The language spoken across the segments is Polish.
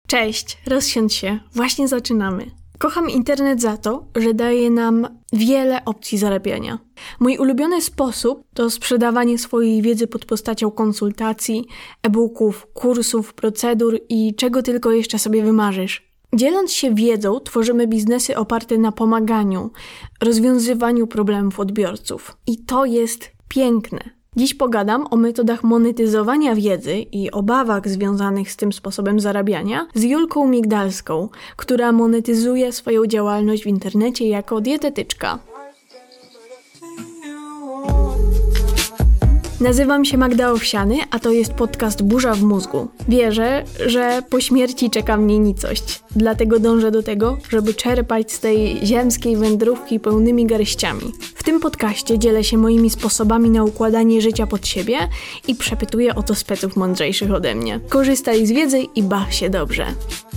Cześć, rozsiądź się, właśnie zaczynamy. Kocham internet za to, że daje nam wiele opcji zarabiania. Mój ulubiony sposób to sprzedawanie swojej wiedzy pod postacią konsultacji, e-booków, kursów, procedur i czego tylko jeszcze sobie wymarzysz. Dzieląc się wiedzą, tworzymy biznesy oparte na pomaganiu, rozwiązywaniu problemów odbiorców. I to jest piękne. Dziś pogadam o metodach monetyzowania wiedzy i obawach związanych z tym sposobem zarabiania z Julką Migdalską, która monetyzuje swoją działalność w internecie jako dietetyczka. Nazywam się Magda Owsiany, a to jest podcast Burza w mózgu. Wierzę, że po śmierci czeka mnie nicość. Dlatego dążę do tego, żeby czerpać z tej ziemskiej wędrówki pełnymi garściami. W tym podcaście dzielę się moimi sposobami na układanie życia pod siebie i przepytuję o to speców mądrzejszych ode mnie. Korzystaj z wiedzy i baw się dobrze.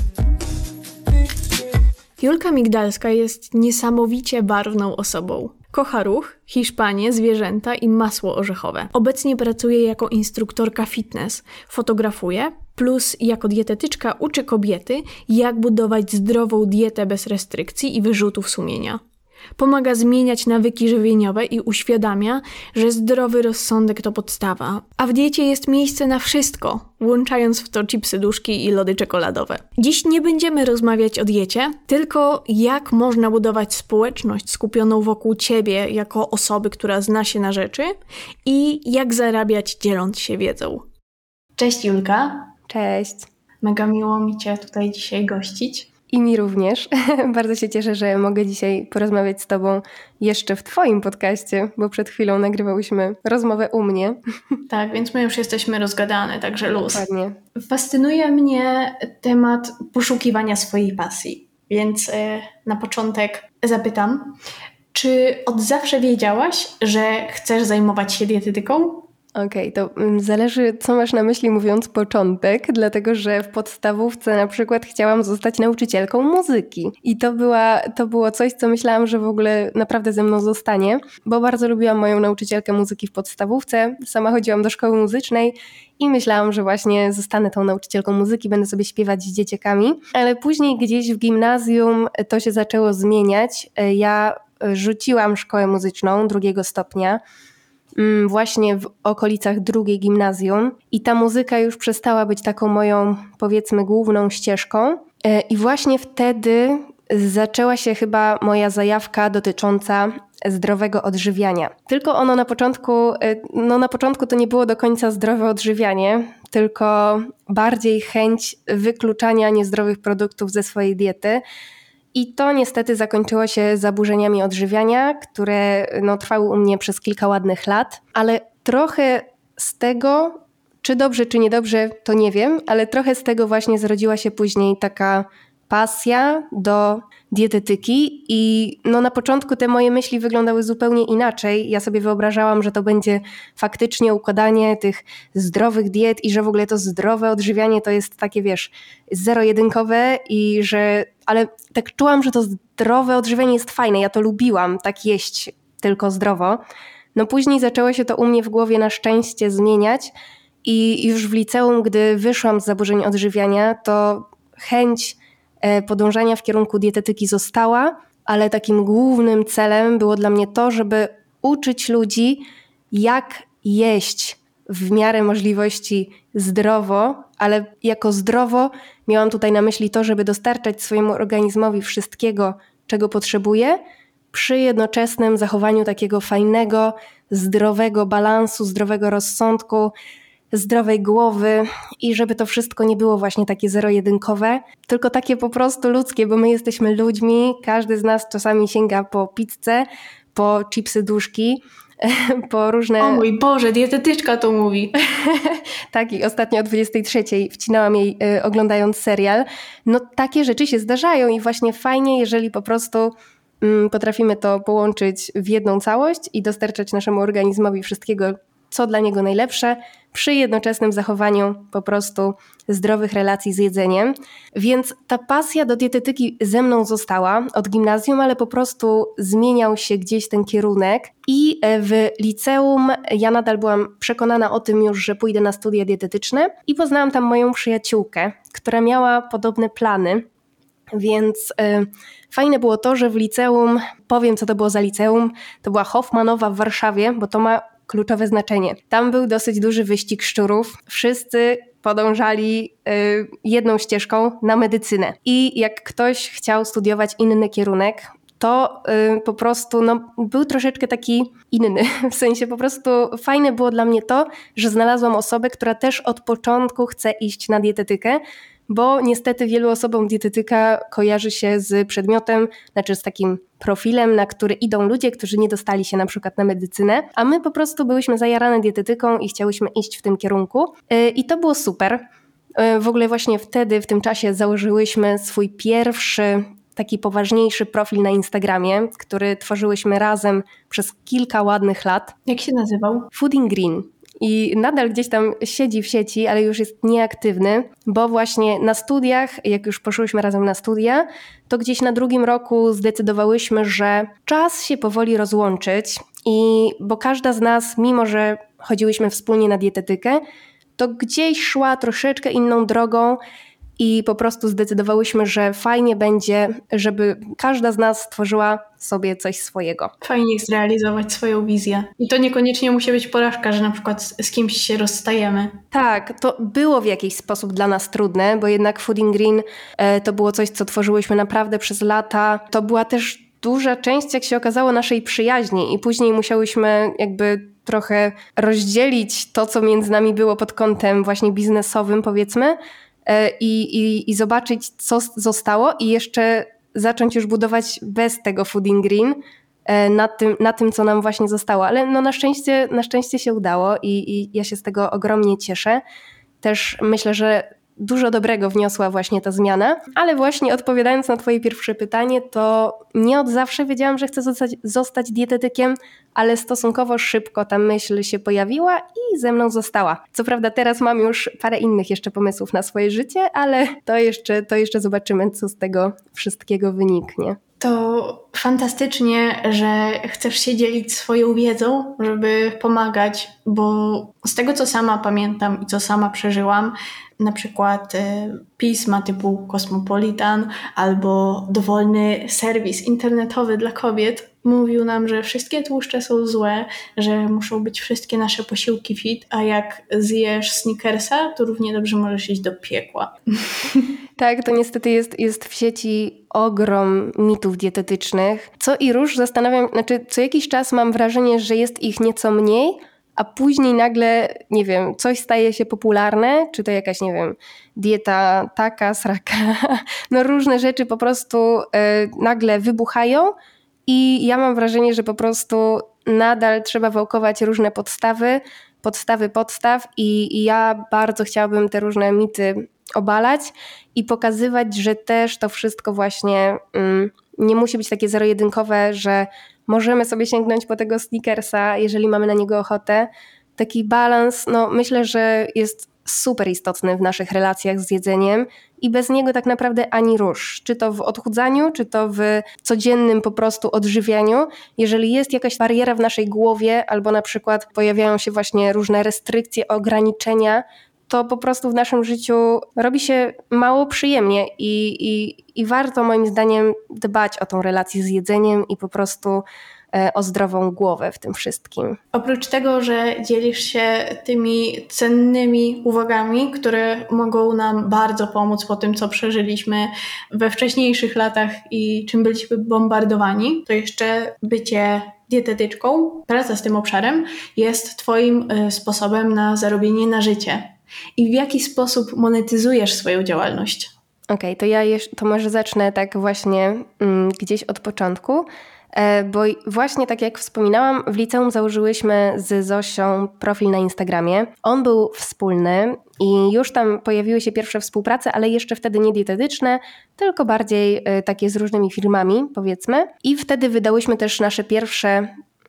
Julka Migdalska jest niesamowicie barwną osobą. Kocha ruch, Hiszpanię, zwierzęta i masło orzechowe. Obecnie pracuje jako instruktorka fitness, fotografuje, plus jako dietetyczka uczy kobiety, jak budować zdrową dietę bez restrykcji i wyrzutów sumienia. Pomaga zmieniać nawyki żywieniowe i uświadamia, że zdrowy rozsądek to podstawa, a w diecie jest miejsce na wszystko, włączając w to chipsy duszki i lody czekoladowe. Dziś nie będziemy rozmawiać o diecie, tylko jak można budować społeczność skupioną wokół ciebie jako osoby, która zna się na rzeczy i jak zarabiać dzieląc się wiedzą. Cześć Julka. Cześć. Mega miło mi cię tutaj dzisiaj gościć. I mi również. Bardzo się cieszę, że mogę dzisiaj porozmawiać z tobą jeszcze w twoim podcaście, bo przed chwilą nagrywałyśmy rozmowę u mnie. Tak, więc my już jesteśmy rozgadane, także luz. Dokładnie. Fascynuje mnie temat poszukiwania swojej pasji, więc na początek zapytam, czy od zawsze wiedziałaś, że chcesz zajmować się dietetyką? Okej, to zależy, co masz na myśli mówiąc początek, dlatego że w podstawówce na przykład chciałam zostać nauczycielką muzyki. I to było coś, co myślałam, że w ogóle naprawdę ze mną zostanie, bo bardzo lubiłam moją nauczycielkę muzyki w podstawówce. Sama chodziłam do szkoły muzycznej i myślałam, że właśnie zostanę tą nauczycielką muzyki, będę sobie śpiewać z dzieciakami. Ale później gdzieś w gimnazjum to się zaczęło zmieniać. Ja rzuciłam szkołę muzyczną 2 stopnia, właśnie w okolicach 2 gimnazjum i ta muzyka już przestała być taką moją, powiedzmy, główną ścieżką i właśnie wtedy zaczęła się chyba moja zajawka dotycząca zdrowego odżywiania. Tylko ono na początku to nie było do końca zdrowe odżywianie, tylko bardziej chęć wykluczania niezdrowych produktów ze swojej diety. I to niestety zakończyło się zaburzeniami odżywiania, które trwały u mnie przez kilka ładnych lat, ale trochę z tego, czy dobrze, czy niedobrze, to nie wiem, ale trochę z tego właśnie zrodziła się później taka pasja do dietetyki i na początku te moje myśli wyglądały zupełnie inaczej. Ja sobie wyobrażałam, że to będzie faktycznie układanie tych zdrowych diet i że w ogóle to zdrowe odżywianie to jest takie, zero-jedynkowe ale tak czułam, że to zdrowe odżywianie jest fajne. Ja to lubiłam, tak jeść tylko zdrowo. Później zaczęło się to u mnie w głowie na szczęście zmieniać i już w liceum, gdy wyszłam z zaburzeń odżywiania, to chęć podążania w kierunku dietetyki została, ale takim głównym celem było dla mnie to, żeby uczyć ludzi, jak jeść w miarę możliwości zdrowo, ale jako zdrowo miałam tutaj na myśli to, żeby dostarczać swojemu organizmowi wszystkiego, czego potrzebuje, przy jednoczesnym zachowaniu takiego fajnego, zdrowego balansu, zdrowego rozsądku, zdrowej głowy i żeby to wszystko nie było właśnie takie zero-jedynkowe, tylko takie po prostu ludzkie, bo my jesteśmy ludźmi, każdy z nas czasami sięga po pizzę, po chipsy duszki, po różne... O mój Boże, dietetyczka to mówi. Tak, i ostatnio o 23:00 wcinałam jej oglądając serial. Takie rzeczy się zdarzają i właśnie fajnie, jeżeli po prostu potrafimy to połączyć w jedną całość i dostarczać naszemu organizmowi wszystkiego, co dla niego najlepsze, przy jednoczesnym zachowaniu po prostu zdrowych relacji z jedzeniem. Więc ta pasja do dietetyki ze mną została od gimnazjum, ale po prostu zmieniał się gdzieś ten kierunek i w liceum ja nadal byłam przekonana o tym już, że pójdę na studia dietetyczne i poznałam tam moją przyjaciółkę, która miała podobne plany. Więc fajne było to, że w liceum, powiem co to było za liceum, to była Hoffmanowa w Warszawie, bo to ma kluczowe znaczenie. Tam był dosyć duży wyścig szczurów. Wszyscy podążali jedną ścieżką na medycynę. I jak ktoś chciał studiować inny kierunek, to po prostu był troszeczkę taki inny. W sensie po prostu fajne było dla mnie to, że znalazłam osobę, która też od początku chce iść na dietetykę, bo niestety wielu osobom dietetyka kojarzy się z przedmiotem, znaczy z takim profilem, na który idą ludzie, którzy nie dostali się na przykład na medycynę, a my po prostu byłyśmy zajarane dietetyką i chciałyśmy iść w tym kierunku i to było super. W ogóle właśnie wtedy, w tym czasie założyłyśmy swój pierwszy taki poważniejszy profil na Instagramie, który tworzyłyśmy razem przez kilka ładnych lat. Jak się nazywał? Fooding Green. I nadal gdzieś tam siedzi w sieci, ale już jest nieaktywny, bo właśnie na studiach, jak już poszłyśmy razem na studia, to gdzieś na 2. roku zdecydowałyśmy, że czas się powoli rozłączyć bo każda z nas, mimo że chodziłyśmy wspólnie na dietetykę, to gdzieś szła troszeczkę inną drogą i po prostu zdecydowałyśmy, że fajnie będzie, żeby każda z nas stworzyła sobie coś swojego. Fajnie jest realizować swoją wizję. I to niekoniecznie musi być porażka, że na przykład z kimś się rozstajemy. Tak, to było w jakiś sposób dla nas trudne, bo jednak Fooding Green to było coś, co tworzyłyśmy naprawdę przez lata. To była też duża część, jak się okazało, naszej przyjaźni i później musiałyśmy jakby trochę rozdzielić to, co między nami było pod kątem właśnie biznesowym, powiedzmy, i zobaczyć, co zostało i jeszcze zacząć już budować bez tego Fooding Green na tym, co nam właśnie zostało. Ale na szczęście się udało i ja się z tego ogromnie cieszę. Też myślę, że dużo dobrego wniosła właśnie ta zmiana, ale właśnie odpowiadając na twoje pierwsze pytanie, to nie od zawsze wiedziałam, że chcę zostać dietetykiem, ale stosunkowo szybko ta myśl się pojawiła i ze mną została. Co prawda teraz mam już parę innych jeszcze pomysłów na swoje życie, ale to jeszcze zobaczymy, co z tego wszystkiego wyniknie. To fantastycznie, że chcesz się dzielić swoją wiedzą, żeby pomagać, bo z tego, co sama pamiętam i co sama przeżyłam, na przykład pisma typu Cosmopolitan albo dowolny serwis internetowy dla kobiet mówił nam, że wszystkie tłuszcze są złe, że muszą być wszystkie nasze posiłki fit, a jak zjesz Snickersa, to równie dobrze możesz iść do piekła. Tak, to niestety jest w sieci ogrom mitów dietetycznych. Co i róż zastanawiam, co jakiś czas mam wrażenie, że jest ich nieco mniej, a później nagle, nie wiem, coś staje się popularne, czy to jakaś, nie wiem, dieta taka, sraka, różne rzeczy po prostu nagle wybuchają i ja mam wrażenie, że po prostu nadal trzeba wałkować różne podstaw i ja bardzo chciałabym te różne mity obalać i pokazywać, że też to wszystko właśnie nie musi być takie zero-jedynkowe, że możemy sobie sięgnąć po tego Snickersa, jeżeli mamy na niego ochotę. Taki balans, myślę, że jest super istotny w naszych relacjach z jedzeniem i bez niego tak naprawdę ani rusz. Czy to w odchudzaniu, czy to w codziennym po prostu odżywianiu. Jeżeli jest jakaś bariera w naszej głowie albo na przykład pojawiają się właśnie różne restrykcje, ograniczenia, to po prostu w naszym życiu robi się mało przyjemnie i warto moim zdaniem dbać o tą relację z jedzeniem i po prostu o zdrową głowę w tym wszystkim. Oprócz tego, że dzielisz się tymi cennymi uwagami, które mogą nam bardzo pomóc po tym, co przeżyliśmy we wcześniejszych latach i czym byliśmy bombardowani, to jeszcze bycie dietetyczką, praca z tym obszarem jest twoim sposobem na zarobienie na życie. I w jaki sposób monetyzujesz swoją działalność? Okej, to może zacznę tak właśnie gdzieś od początku, bo właśnie tak jak wspominałam, w liceum założyłyśmy z Zosią profil na Instagramie. On był wspólny i już tam pojawiły się pierwsze współprace, ale jeszcze wtedy nie dietetyczne, tylko bardziej takie z różnymi firmami, powiedzmy. I wtedy wydałyśmy też nasze pierwsze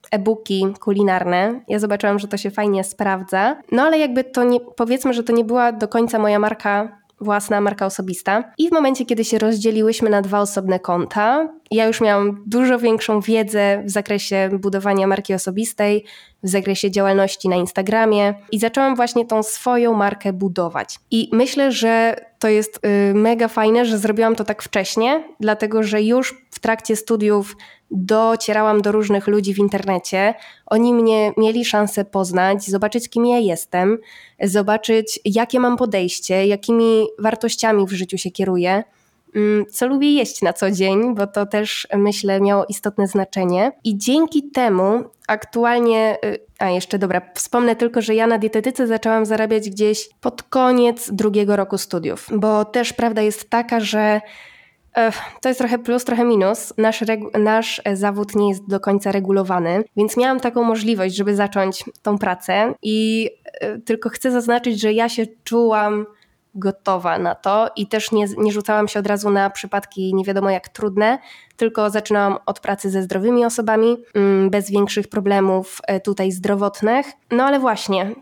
e-booki kulinarne. Ja zobaczyłam, że to się fajnie sprawdza. No ale jakby to nie, powiedzmy, że to nie była do końca moja marka własna, marka osobista. I w momencie, kiedy się rozdzieliłyśmy na 2 osobne konta, ja już miałam dużo większą wiedzę w zakresie budowania marki osobistej, w zakresie działalności na Instagramie i zaczęłam właśnie tą swoją markę budować. I myślę, że to jest mega fajne, że zrobiłam to tak wcześnie, dlatego że już w trakcie studiów docierałam do różnych ludzi w internecie. Oni mnie mieli szansę poznać, zobaczyć, kim ja jestem, zobaczyć, jakie mam podejście, jakimi wartościami w życiu się kieruję, co lubię jeść na co dzień, bo to też, myślę, miało istotne znaczenie. I dzięki temu aktualnie, wspomnę tylko, że ja na dietetyce zaczęłam zarabiać gdzieś pod koniec 2. roku studiów, bo też prawda jest taka, że to jest trochę plus, trochę minus. Nasz zawód nie jest do końca regulowany, więc miałam taką możliwość, żeby zacząć tą pracę i tylko chcę zaznaczyć, że ja się czułam gotowa na to i też nie rzucałam się od razu na przypadki nie wiadomo jak trudne, tylko zaczynałam od pracy ze zdrowymi osobami, bez większych problemów tutaj zdrowotnych. No ale właśnie,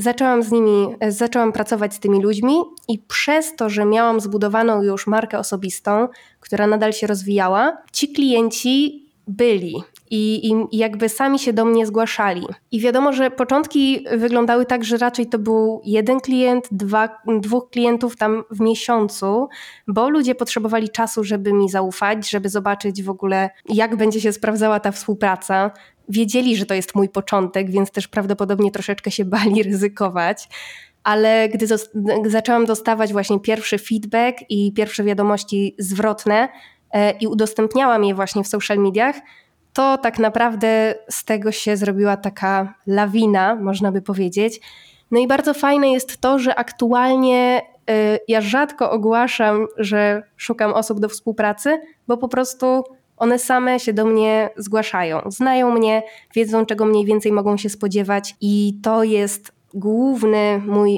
zaczęłam pracować z tymi ludźmi i przez to, że miałam zbudowaną już markę osobistą, która nadal się rozwijała, ci klienci byli i jakby sami się do mnie zgłaszali. I wiadomo, że początki wyglądały tak, że raczej to był 1 klient, 2 klientów tam w miesiącu, bo ludzie potrzebowali czasu, żeby mi zaufać, żeby zobaczyć w ogóle, jak będzie się sprawdzała ta współpraca. Wiedzieli, że to jest mój początek, więc też prawdopodobnie troszeczkę się bali ryzykować. Ale gdy zaczęłam dostawać właśnie pierwszy feedback i pierwsze wiadomości zwrotne i udostępniałam je właśnie w social mediach, to tak naprawdę z tego się zrobiła taka lawina, można by powiedzieć. No i bardzo fajne jest to, że aktualnie ja rzadko ogłaszam, że szukam osób do współpracy, bo po prostu one same się do mnie zgłaszają. Znają mnie, wiedzą, czego mniej więcej mogą się spodziewać i to jest główne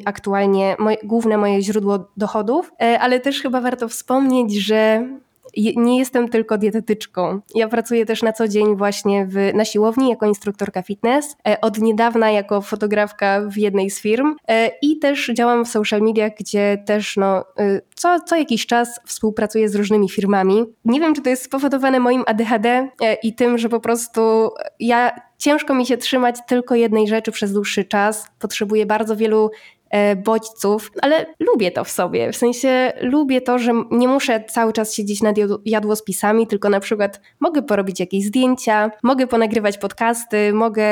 moje źródło dochodów, ale też chyba warto wspomnieć, że nie jestem tylko dietetyczką. Ja pracuję też na co dzień właśnie na siłowni jako instruktorka fitness, od niedawna jako fotografka w jednej z firm i też działam w social mediach, gdzie też co jakiś czas współpracuję z różnymi firmami. Nie wiem, czy to jest spowodowane moim ADHD i tym, że po prostu ciężko mi się trzymać tylko jednej rzeczy przez dłuższy czas. Potrzebuję bardzo wielu bodźców, ale lubię to w sobie. W sensie lubię to, że nie muszę cały czas siedzieć nad jadłospisami, tylko na przykład mogę porobić jakieś zdjęcia, mogę ponagrywać podcasty, mogę,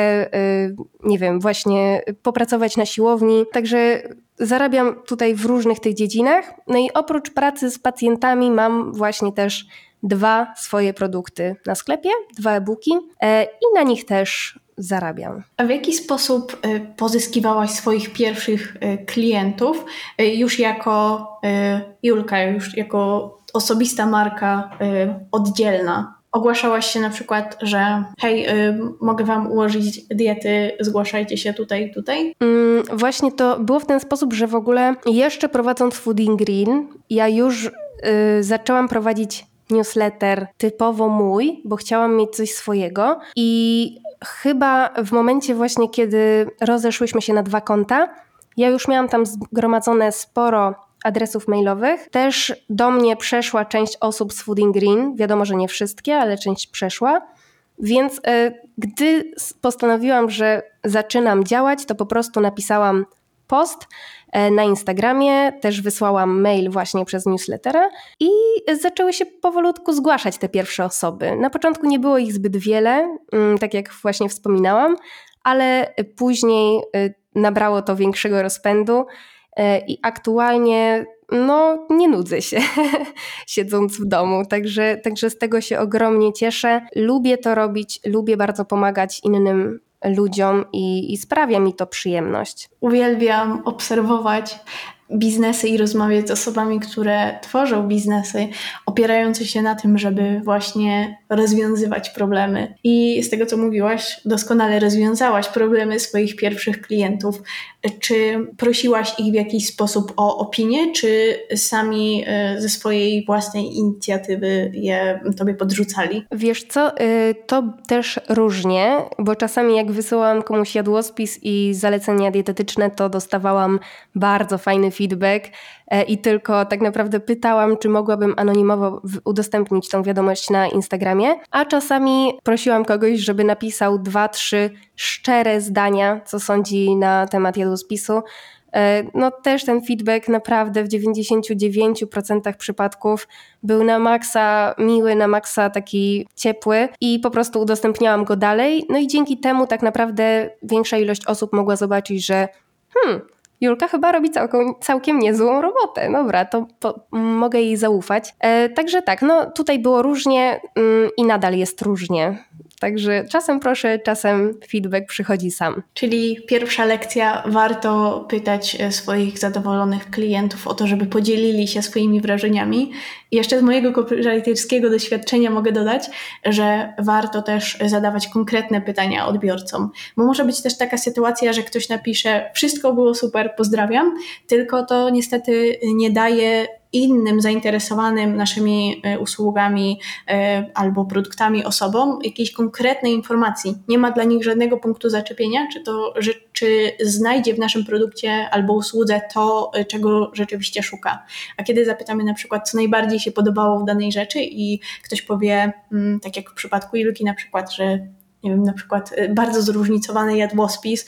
właśnie popracować na siłowni. Także zarabiam tutaj w różnych tych dziedzinach. No i oprócz pracy z pacjentami mam właśnie też 2 swoje produkty na sklepie, 2 e-booki i na nich też zarabiam. A w jaki sposób pozyskiwałaś swoich pierwszych klientów już jako Julka, już jako osobista marka oddzielna? Ogłaszałaś się na przykład, że hej, mogę wam ułożyć diety, zgłaszajcie się tutaj. Właśnie to było w ten sposób, że w ogóle jeszcze prowadząc Fooding Green, ja już zaczęłam prowadzić newsletter typowo mój, bo chciałam mieć coś swojego i chyba w momencie właśnie, kiedy rozeszłyśmy się na 2 konta, ja już miałam tam zgromadzone sporo adresów mailowych. Też do mnie przeszła część osób z Fooding Green, wiadomo, że nie wszystkie, ale część przeszła. Więc gdy postanowiłam, że zaczynam działać, to po prostu napisałam post na Instagramie, też wysłałam mail właśnie przez newslettera i zaczęły się powolutku zgłaszać te pierwsze osoby. Na początku nie było ich zbyt wiele, tak jak właśnie wspominałam, ale później nabrało to większego rozpędu i aktualnie nie nudzę się siedząc w domu, także z tego się ogromnie cieszę. Lubię to robić, lubię bardzo pomagać innym ludziom i sprawia mi to przyjemność. Uwielbiam obserwować biznesy i rozmawiać z osobami, które tworzą biznesy, opierające się na tym, żeby właśnie rozwiązywać problemy. I z tego, co mówiłaś, doskonale rozwiązałaś problemy swoich pierwszych klientów. Czy prosiłaś ich w jakiś sposób o opinię, czy sami ze swojej własnej inicjatywy je tobie podrzucali? Wiesz co, to też różnie, bo czasami jak wysyłałam komuś jadłospis i zalecenia dietetyczne, to dostawałam bardzo fajny feedback i tylko tak naprawdę pytałam, czy mogłabym anonimowo udostępnić tą wiadomość na Instagramie, a czasami prosiłam kogoś, żeby napisał 2-3 szczere zdania, co sądzi na temat jadłospisu. No też ten feedback naprawdę w 99% przypadków był na maksa miły, na maksa taki ciepły i po prostu udostępniałam go dalej. No i dzięki temu tak naprawdę większa ilość osób mogła zobaczyć, że Julka chyba robi całkiem niezłą robotę. Dobra, to mogę jej zaufać. Także tak, no tutaj było różnie i nadal jest różnie. Także czasem proszę, czasem feedback przychodzi sam. Czyli pierwsza lekcja, warto pytać swoich zadowolonych klientów o to, żeby podzielili się swoimi wrażeniami. I jeszcze z mojego copywriterskiego doświadczenia mogę dodać, że warto też zadawać konkretne pytania odbiorcom. Bo może być też taka sytuacja, że ktoś napisze: wszystko było super, pozdrawiam, tylko to niestety nie daje innym zainteresowanym naszymi usługami albo produktami osobom jakiejś konkretnej informacji. Nie ma dla nich żadnego punktu zaczepienia, czy znajdzie w naszym produkcie albo usłudze to, czego rzeczywiście szuka. A kiedy zapytamy na przykład, co najbardziej się podobało w danej rzeczy i ktoś powie, tak jak w przypadku Julki na przykład, że nie wiem, na przykład bardzo zróżnicowany jadłospis,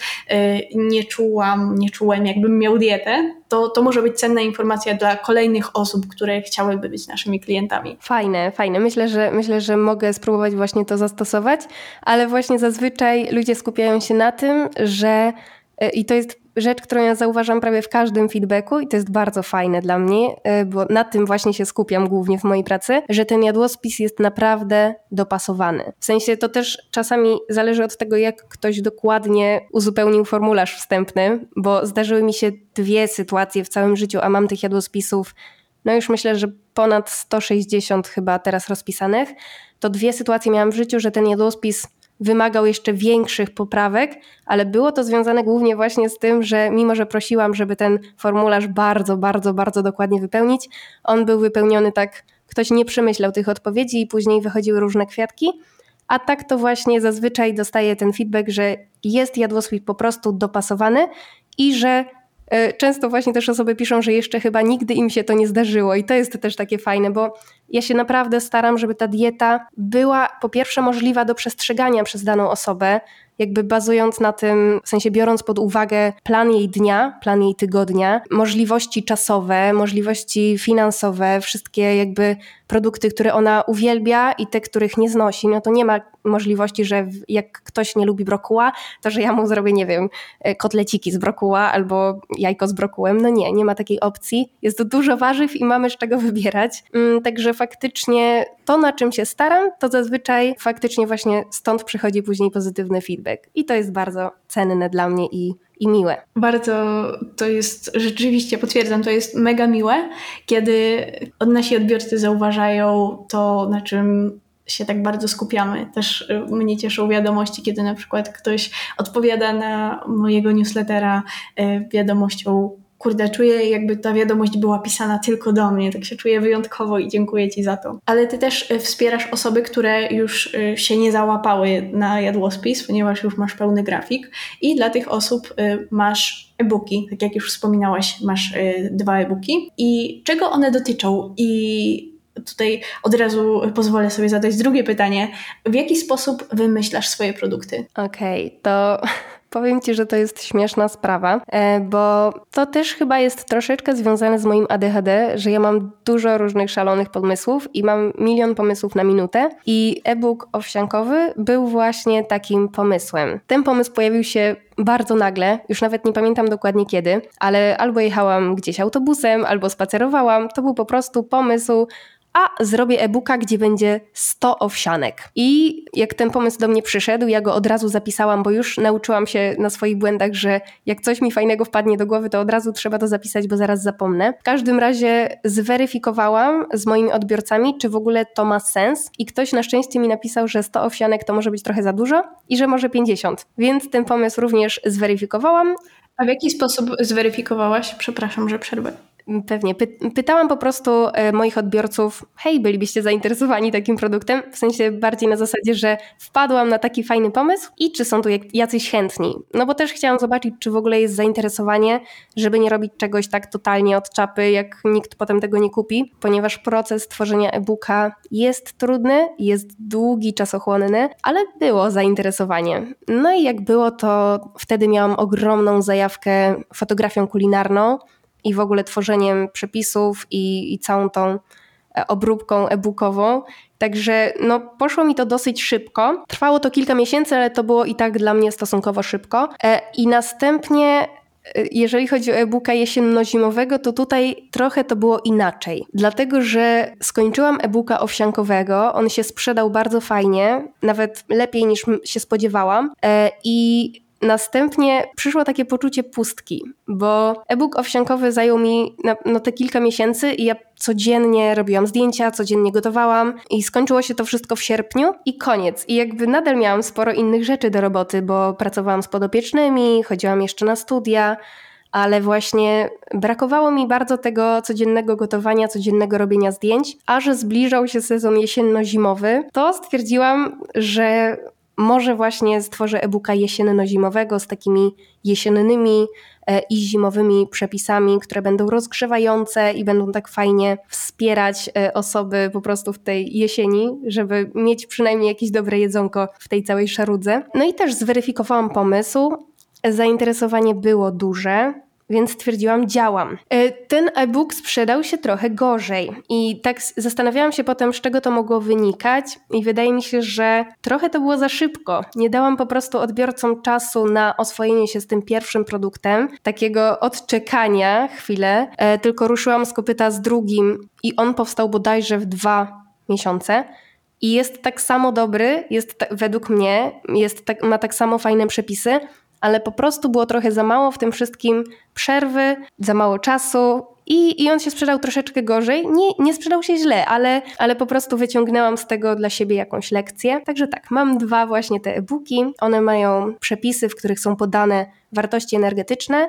nie czułem jakbym miał dietę, to może być cenna informacja dla kolejnych osób, które chciałyby być naszymi klientami. Fajne. Myślę, że mogę spróbować właśnie to zastosować, ale właśnie zazwyczaj ludzie skupiają się na tym, że i to jest rzecz, którą ja zauważam prawie w każdym feedbacku i to jest bardzo fajne dla mnie, bo na tym właśnie się skupiam głównie w mojej pracy, że ten jadłospis jest naprawdę dopasowany. W sensie to też czasami zależy od tego, jak ktoś dokładnie uzupełnił formularz wstępny, bo zdarzyły mi się 2 sytuacje w całym życiu, a mam tych jadłospisów, no już myślę, że ponad 160 chyba teraz rozpisanych. To 2 sytuacje miałam w życiu, że ten jadłospis wymagał jeszcze większych poprawek, ale było to związane głównie właśnie z tym, że mimo, że prosiłam, żeby ten formularz bardzo, bardzo, bardzo dokładnie wypełnić, on był wypełniony tak, ktoś nie przemyślał tych odpowiedzi i później wychodziły różne kwiatki, a tak to właśnie zazwyczaj dostaję ten feedback, że jest jadłospis po prostu dopasowany i że często właśnie też osoby piszą, że jeszcze chyba nigdy im się to nie zdarzyło i to jest też takie fajne, bo ja się naprawdę staram, żeby ta dieta była po pierwsze możliwa do przestrzegania przez daną osobę, jakby bazując na tym, w sensie biorąc pod uwagę plan jej dnia, plan jej tygodnia, możliwości czasowe, możliwości finansowe, wszystkie jakby produkty, które ona uwielbia i te, których nie znosi, no to nie ma możliwości, że jak ktoś nie lubi brokuła, to że ja mu zrobię, nie wiem, kotleciki z brokuła albo jajko z brokułem. No nie ma takiej opcji. Jest to dużo warzyw i mamy z czego wybierać. Także faktycznie to, na czym się staram, to zazwyczaj faktycznie właśnie stąd przychodzi później pozytywny feedback. I to jest bardzo cenne dla mnie i miłe. Bardzo to jest, rzeczywiście potwierdzam, to jest mega miłe, kiedy nasi odbiorcy zauważają to, na czym się tak bardzo skupiamy. Też mnie cieszą wiadomości, kiedy na przykład ktoś odpowiada na mojego newslettera wiadomością: kurde, czuję, jakby ta wiadomość była pisana tylko do mnie, tak się czuję wyjątkowo i dziękuję Ci za to. Ale Ty też wspierasz osoby, które już się nie załapały na jadłospis, ponieważ już masz pełny grafik i dla tych osób masz e-booki, tak jak już wspominałaś, masz 2 e-booki. I czego one dotyczą? I tutaj od razu pozwolę sobie zadać drugie pytanie. W jaki sposób wymyślasz swoje produkty? Okej, to powiem Ci, że to jest śmieszna sprawa, bo to też chyba jest troszeczkę związane z moim ADHD, że ja mam dużo różnych szalonych pomysłów i mam 1 milion pomysłów na minutę i e-book owsiankowy był właśnie takim pomysłem. Ten pomysł pojawił się bardzo nagle, już nawet nie pamiętam dokładnie kiedy, ale albo jechałam gdzieś autobusem, albo spacerowałam. To był po prostu pomysł: a zrobię e-booka, gdzie będzie 100 owsianek. I jak ten pomysł do mnie przyszedł, ja go od razu zapisałam, bo już nauczyłam się na swoich błędach, że jak coś mi fajnego wpadnie do głowy, to od razu trzeba to zapisać, bo zaraz zapomnę. W każdym razie zweryfikowałam z moimi odbiorcami, czy w ogóle to ma sens i ktoś na szczęście mi napisał, że 100 owsianek to może być trochę za dużo i że może 50. Więc ten pomysł również zweryfikowałam. A w jaki sposób zweryfikowałaś? Przepraszam, że przerwę. Pewnie. Pytałam po prostu moich odbiorców, hej, bylibyście zainteresowani takim produktem? W sensie bardziej na zasadzie, że wpadłam na taki fajny pomysł i czy są tu jacyś chętni? No bo też chciałam zobaczyć, czy w ogóle jest zainteresowanie, żeby nie robić czegoś tak totalnie od czapy, jak nikt potem tego nie kupi, ponieważ proces tworzenia e-booka jest trudny, jest długi, czasochłonny, ale było zainteresowanie. No i jak było, to wtedy miałam ogromną zajawkę fotografią kulinarną, i w ogóle tworzeniem przepisów i całą tą obróbką e-bookową. Także no, poszło mi to dosyć szybko. Trwało to kilka miesięcy, ale to było i tak dla mnie stosunkowo szybko. I następnie, jeżeli chodzi o e-booka jesienno-zimowego, to tutaj trochę to było inaczej. Dlatego, że skończyłam e-booka owsiankowego, on się sprzedał bardzo fajnie, nawet lepiej niż się spodziewałam. I następnie przyszło takie poczucie pustki, bo e-book owsiankowy zajął mi te kilka miesięcy i ja codziennie robiłam zdjęcia, codziennie gotowałam i skończyło się to wszystko w sierpniu i koniec. I jakby nadal miałam sporo innych rzeczy do roboty, bo pracowałam z podopiecznymi, chodziłam jeszcze na studia, ale właśnie brakowało mi bardzo tego codziennego gotowania, codziennego robienia zdjęć, a że zbliżał się sezon jesienno-zimowy, to stwierdziłam, że może właśnie stworzę e-booka jesienno-zimowego z takimi jesiennymi i zimowymi przepisami, które będą rozgrzewające i będą tak fajnie wspierać osoby po prostu w tej jesieni, żeby mieć przynajmniej jakieś dobre jedzonko w tej całej szarudze. No i też zweryfikowałam pomysł. Zainteresowanie było duże, więc stwierdziłam, działam. Ten e-book sprzedał się trochę gorzej i tak zastanawiałam się potem, z czego to mogło wynikać i wydaje mi się, że trochę to było za szybko. Nie dałam po prostu odbiorcom czasu na oswojenie się z tym pierwszym produktem, takiego odczekania chwilę, tylko ruszyłam z kopyta z drugim i on powstał bodajże w 2 miesiące. I jest tak samo dobry, według mnie, ma tak samo fajne przepisy, ale po prostu było trochę za mało w tym wszystkim przerwy, za mało czasu i on się sprzedał troszeczkę gorzej. Nie sprzedał się źle, ale po prostu wyciągnęłam z tego dla siebie jakąś lekcję. Także tak, mam 2 właśnie te e-booki. One mają przepisy, w których są podane wartości energetyczne.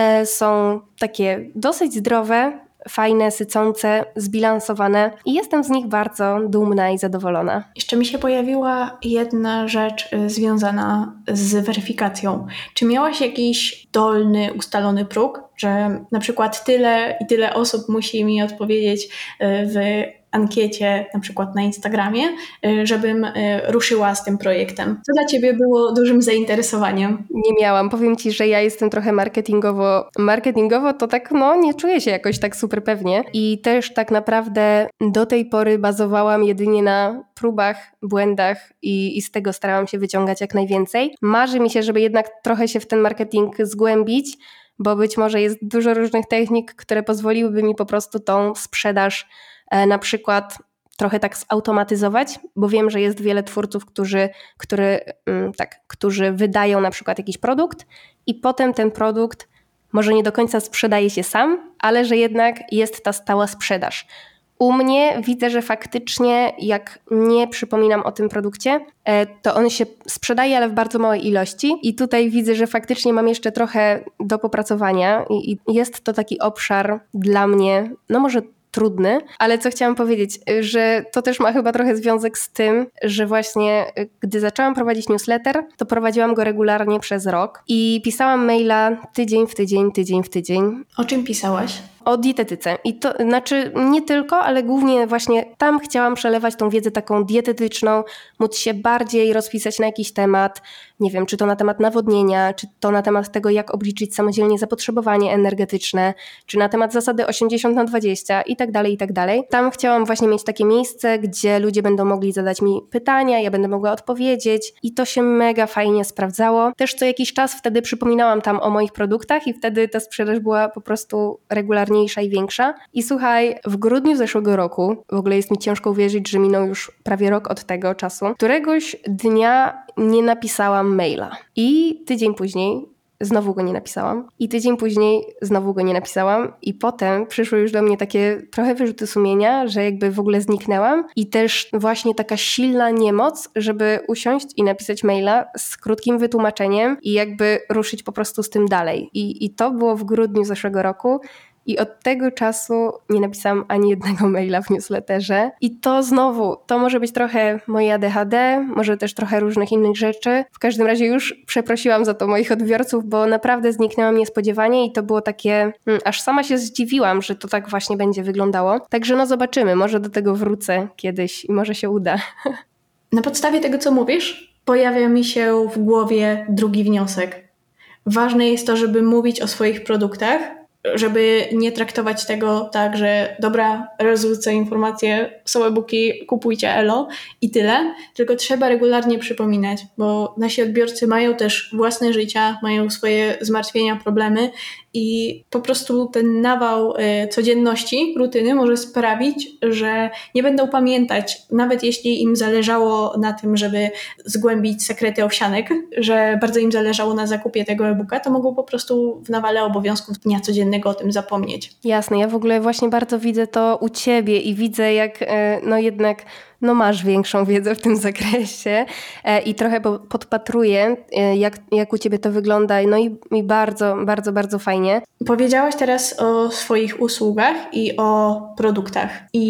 Są takie dosyć zdrowe, fajne, sycące, zbilansowane i jestem z nich bardzo dumna i zadowolona. Jeszcze mi się pojawiła jedna rzecz związana z weryfikacją. Czy miałaś jakiś dolny, ustalony próg, że na przykład tyle i tyle osób musi mi odpowiedzieć w ankiecie, na przykład na Instagramie, żebym ruszyła z tym projektem? Co dla Ciebie było dużym zainteresowaniem? Nie miałam. Powiem Ci, że ja jestem trochę marketingowo to tak, nie czuję się jakoś tak super pewnie i też tak naprawdę do tej pory bazowałam jedynie na próbach, błędach i z tego starałam się wyciągać jak najwięcej. Marzy mi się, żeby jednak trochę się w ten marketing zgłębić, bo być może jest dużo różnych technik, które pozwoliłyby mi po prostu tą sprzedaż na przykład trochę tak zautomatyzować, bo wiem, że jest wiele twórców, którzy wydają na przykład jakiś produkt i potem ten produkt może nie do końca sprzedaje się sam, ale że jednak jest ta stała sprzedaż. U mnie widzę, że faktycznie jak nie przypominam o tym produkcie, to on się sprzedaje, ale w bardzo małej ilości i tutaj widzę, że faktycznie mam jeszcze trochę do popracowania i jest to taki obszar dla mnie, może trudny, ale co chciałam powiedzieć, że to też ma chyba trochę związek z tym, że właśnie gdy zaczęłam prowadzić newsletter, to prowadziłam go regularnie przez rok i pisałam maila tydzień w tydzień. O czym pisałaś? O dietetyce. I to znaczy nie tylko, ale głównie właśnie tam chciałam przelewać tą wiedzę taką dietetyczną, móc się bardziej rozpisać na jakiś temat, nie wiem, czy to na temat nawodnienia, czy to na temat tego, jak obliczyć samodzielnie zapotrzebowanie energetyczne, czy na temat zasady 80/20 i tak dalej, i tak dalej. Tam chciałam właśnie mieć takie miejsce, gdzie ludzie będą mogli zadać mi pytania, ja będę mogła odpowiedzieć i to się mega fajnie sprawdzało. Też co jakiś czas wtedy przypominałam tam o moich produktach i wtedy ta sprzedaż była po prostu regularnie popularniejsza i większa. I słuchaj, w grudniu zeszłego roku, w ogóle jest mi ciężko uwierzyć, że minął już prawie rok od tego czasu, któregoś dnia nie napisałam maila. I tydzień później znowu go nie napisałam. I tydzień później znowu go nie napisałam. I potem przyszły już do mnie takie trochę wyrzuty sumienia, że jakby w ogóle zniknęłam. I też właśnie taka silna niemoc, żeby usiąść i napisać maila z krótkim wytłumaczeniem i jakby ruszyć po prostu z tym dalej. I to było w grudniu zeszłego roku. I od tego czasu nie napisałam ani jednego maila w newsletterze. I to znowu, to może być trochę moje ADHD, może też trochę różnych innych rzeczy. W każdym razie już przeprosiłam za to moich odbiorców, bo naprawdę zniknęłam niespodziewanie i to było takie, aż sama się zdziwiłam, że to tak właśnie będzie wyglądało. Także no zobaczymy, może do tego wrócę kiedyś i może się uda. Na podstawie tego, co mówisz, pojawia mi się w głowie drugi wniosek. Ważne jest to, żeby mówić o swoich produktach, żeby nie traktować tego tak, że dobra, rozrzucę informacje, są e-booki, kupujcie Elo i tyle, tylko trzeba regularnie przypominać, bo nasi odbiorcy mają też własne życia, mają swoje zmartwienia, problemy i po prostu ten nawał codzienności, rutyny może sprawić, że nie będą pamiętać, nawet jeśli im zależało na tym, żeby zgłębić sekrety owsianek, że bardzo im zależało na zakupie tego e-booka, to mogą po prostu w nawale obowiązków dnia codziennego o tym zapomnieć. Jasne, ja w ogóle właśnie bardzo widzę to u ciebie i widzę jak jednak masz większą wiedzę w tym zakresie i trochę podpatruję, jak u ciebie to wygląda, no i bardzo, bardzo, bardzo fajnie. Powiedziałaś teraz o swoich usługach i o produktach.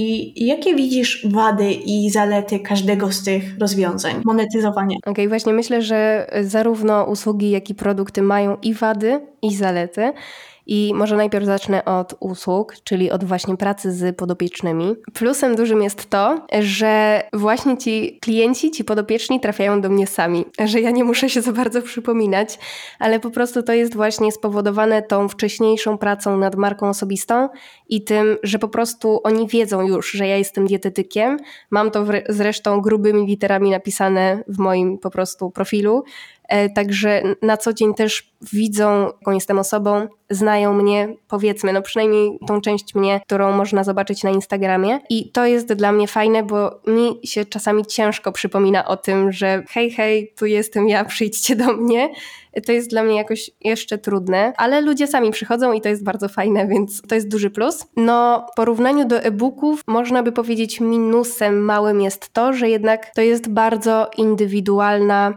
I jakie widzisz wady i zalety każdego z tych rozwiązań? Monetyzowanie. Okej, właśnie myślę, że zarówno usługi, jak i produkty mają i wady, i zalety. I może najpierw zacznę od usług, czyli od właśnie pracy z podopiecznymi. Plusem dużym jest to, że właśnie ci klienci, ci podopieczni trafiają do mnie sami, że ja nie muszę się za bardzo przypominać, ale po prostu to jest właśnie spowodowane tą wcześniejszą pracą nad marką osobistą i tym, że po prostu oni wiedzą już, że ja jestem dietetykiem. Mam to zresztą grubymi literami napisane w moim po prostu profilu. Także na co dzień też widzą, jaką jestem osobą, znają mnie, powiedzmy, przynajmniej tą część mnie, którą można zobaczyć na Instagramie. I to jest dla mnie fajne, bo mi się czasami ciężko przypomina o tym, że hej, tu jestem ja, przyjdźcie do mnie. To jest dla mnie jakoś jeszcze trudne, ale ludzie sami przychodzą i to jest bardzo fajne, więc to jest duży plus. W porównaniu do e-booków można by powiedzieć minusem małym jest to, że jednak to jest bardzo indywidualna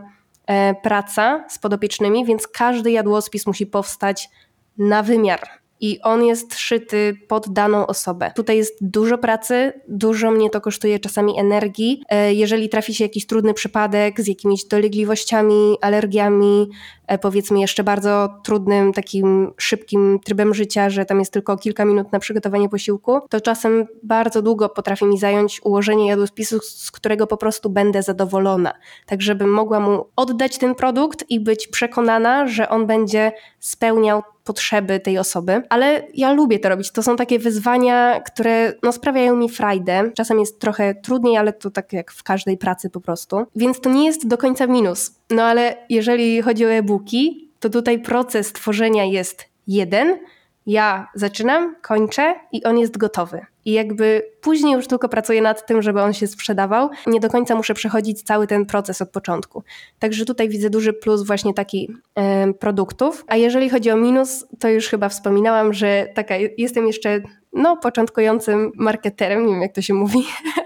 praca z podopiecznymi, więc każdy jadłospis musi powstać na wymiar i on jest szyty pod daną osobę. Tutaj jest dużo pracy, dużo mnie to kosztuje czasami energii. Jeżeli trafi się jakiś trudny przypadek z jakimiś dolegliwościami, alergiami, powiedzmy jeszcze bardzo trudnym, takim szybkim trybem życia, że tam jest tylko kilka minut na przygotowanie posiłku, to czasem bardzo długo potrafi mi zająć ułożenie jadłospisu, z którego po prostu będę zadowolona. Tak, żebym mogła mu oddać ten produkt i być przekonana, że on będzie spełniał potrzeby tej osoby. Ale ja lubię to robić. To są takie wyzwania, które sprawiają mi frajdę. Czasem jest trochę trudniej, ale to tak jak w każdej pracy po prostu. Więc to nie jest do końca minus. Ale jeżeli chodzi o e-booki, to tutaj proces tworzenia jest jeden. Ja zaczynam, kończę i on jest gotowy. I jakby później już tylko pracuję nad tym, żeby on się sprzedawał. Nie do końca muszę przechodzić cały ten proces od początku. Także tutaj widzę duży plus właśnie takich produktów. A jeżeli chodzi o minus, to już chyba wspominałam, że jestem jeszcze początkującym marketerem, nie wiem jak to się mówi.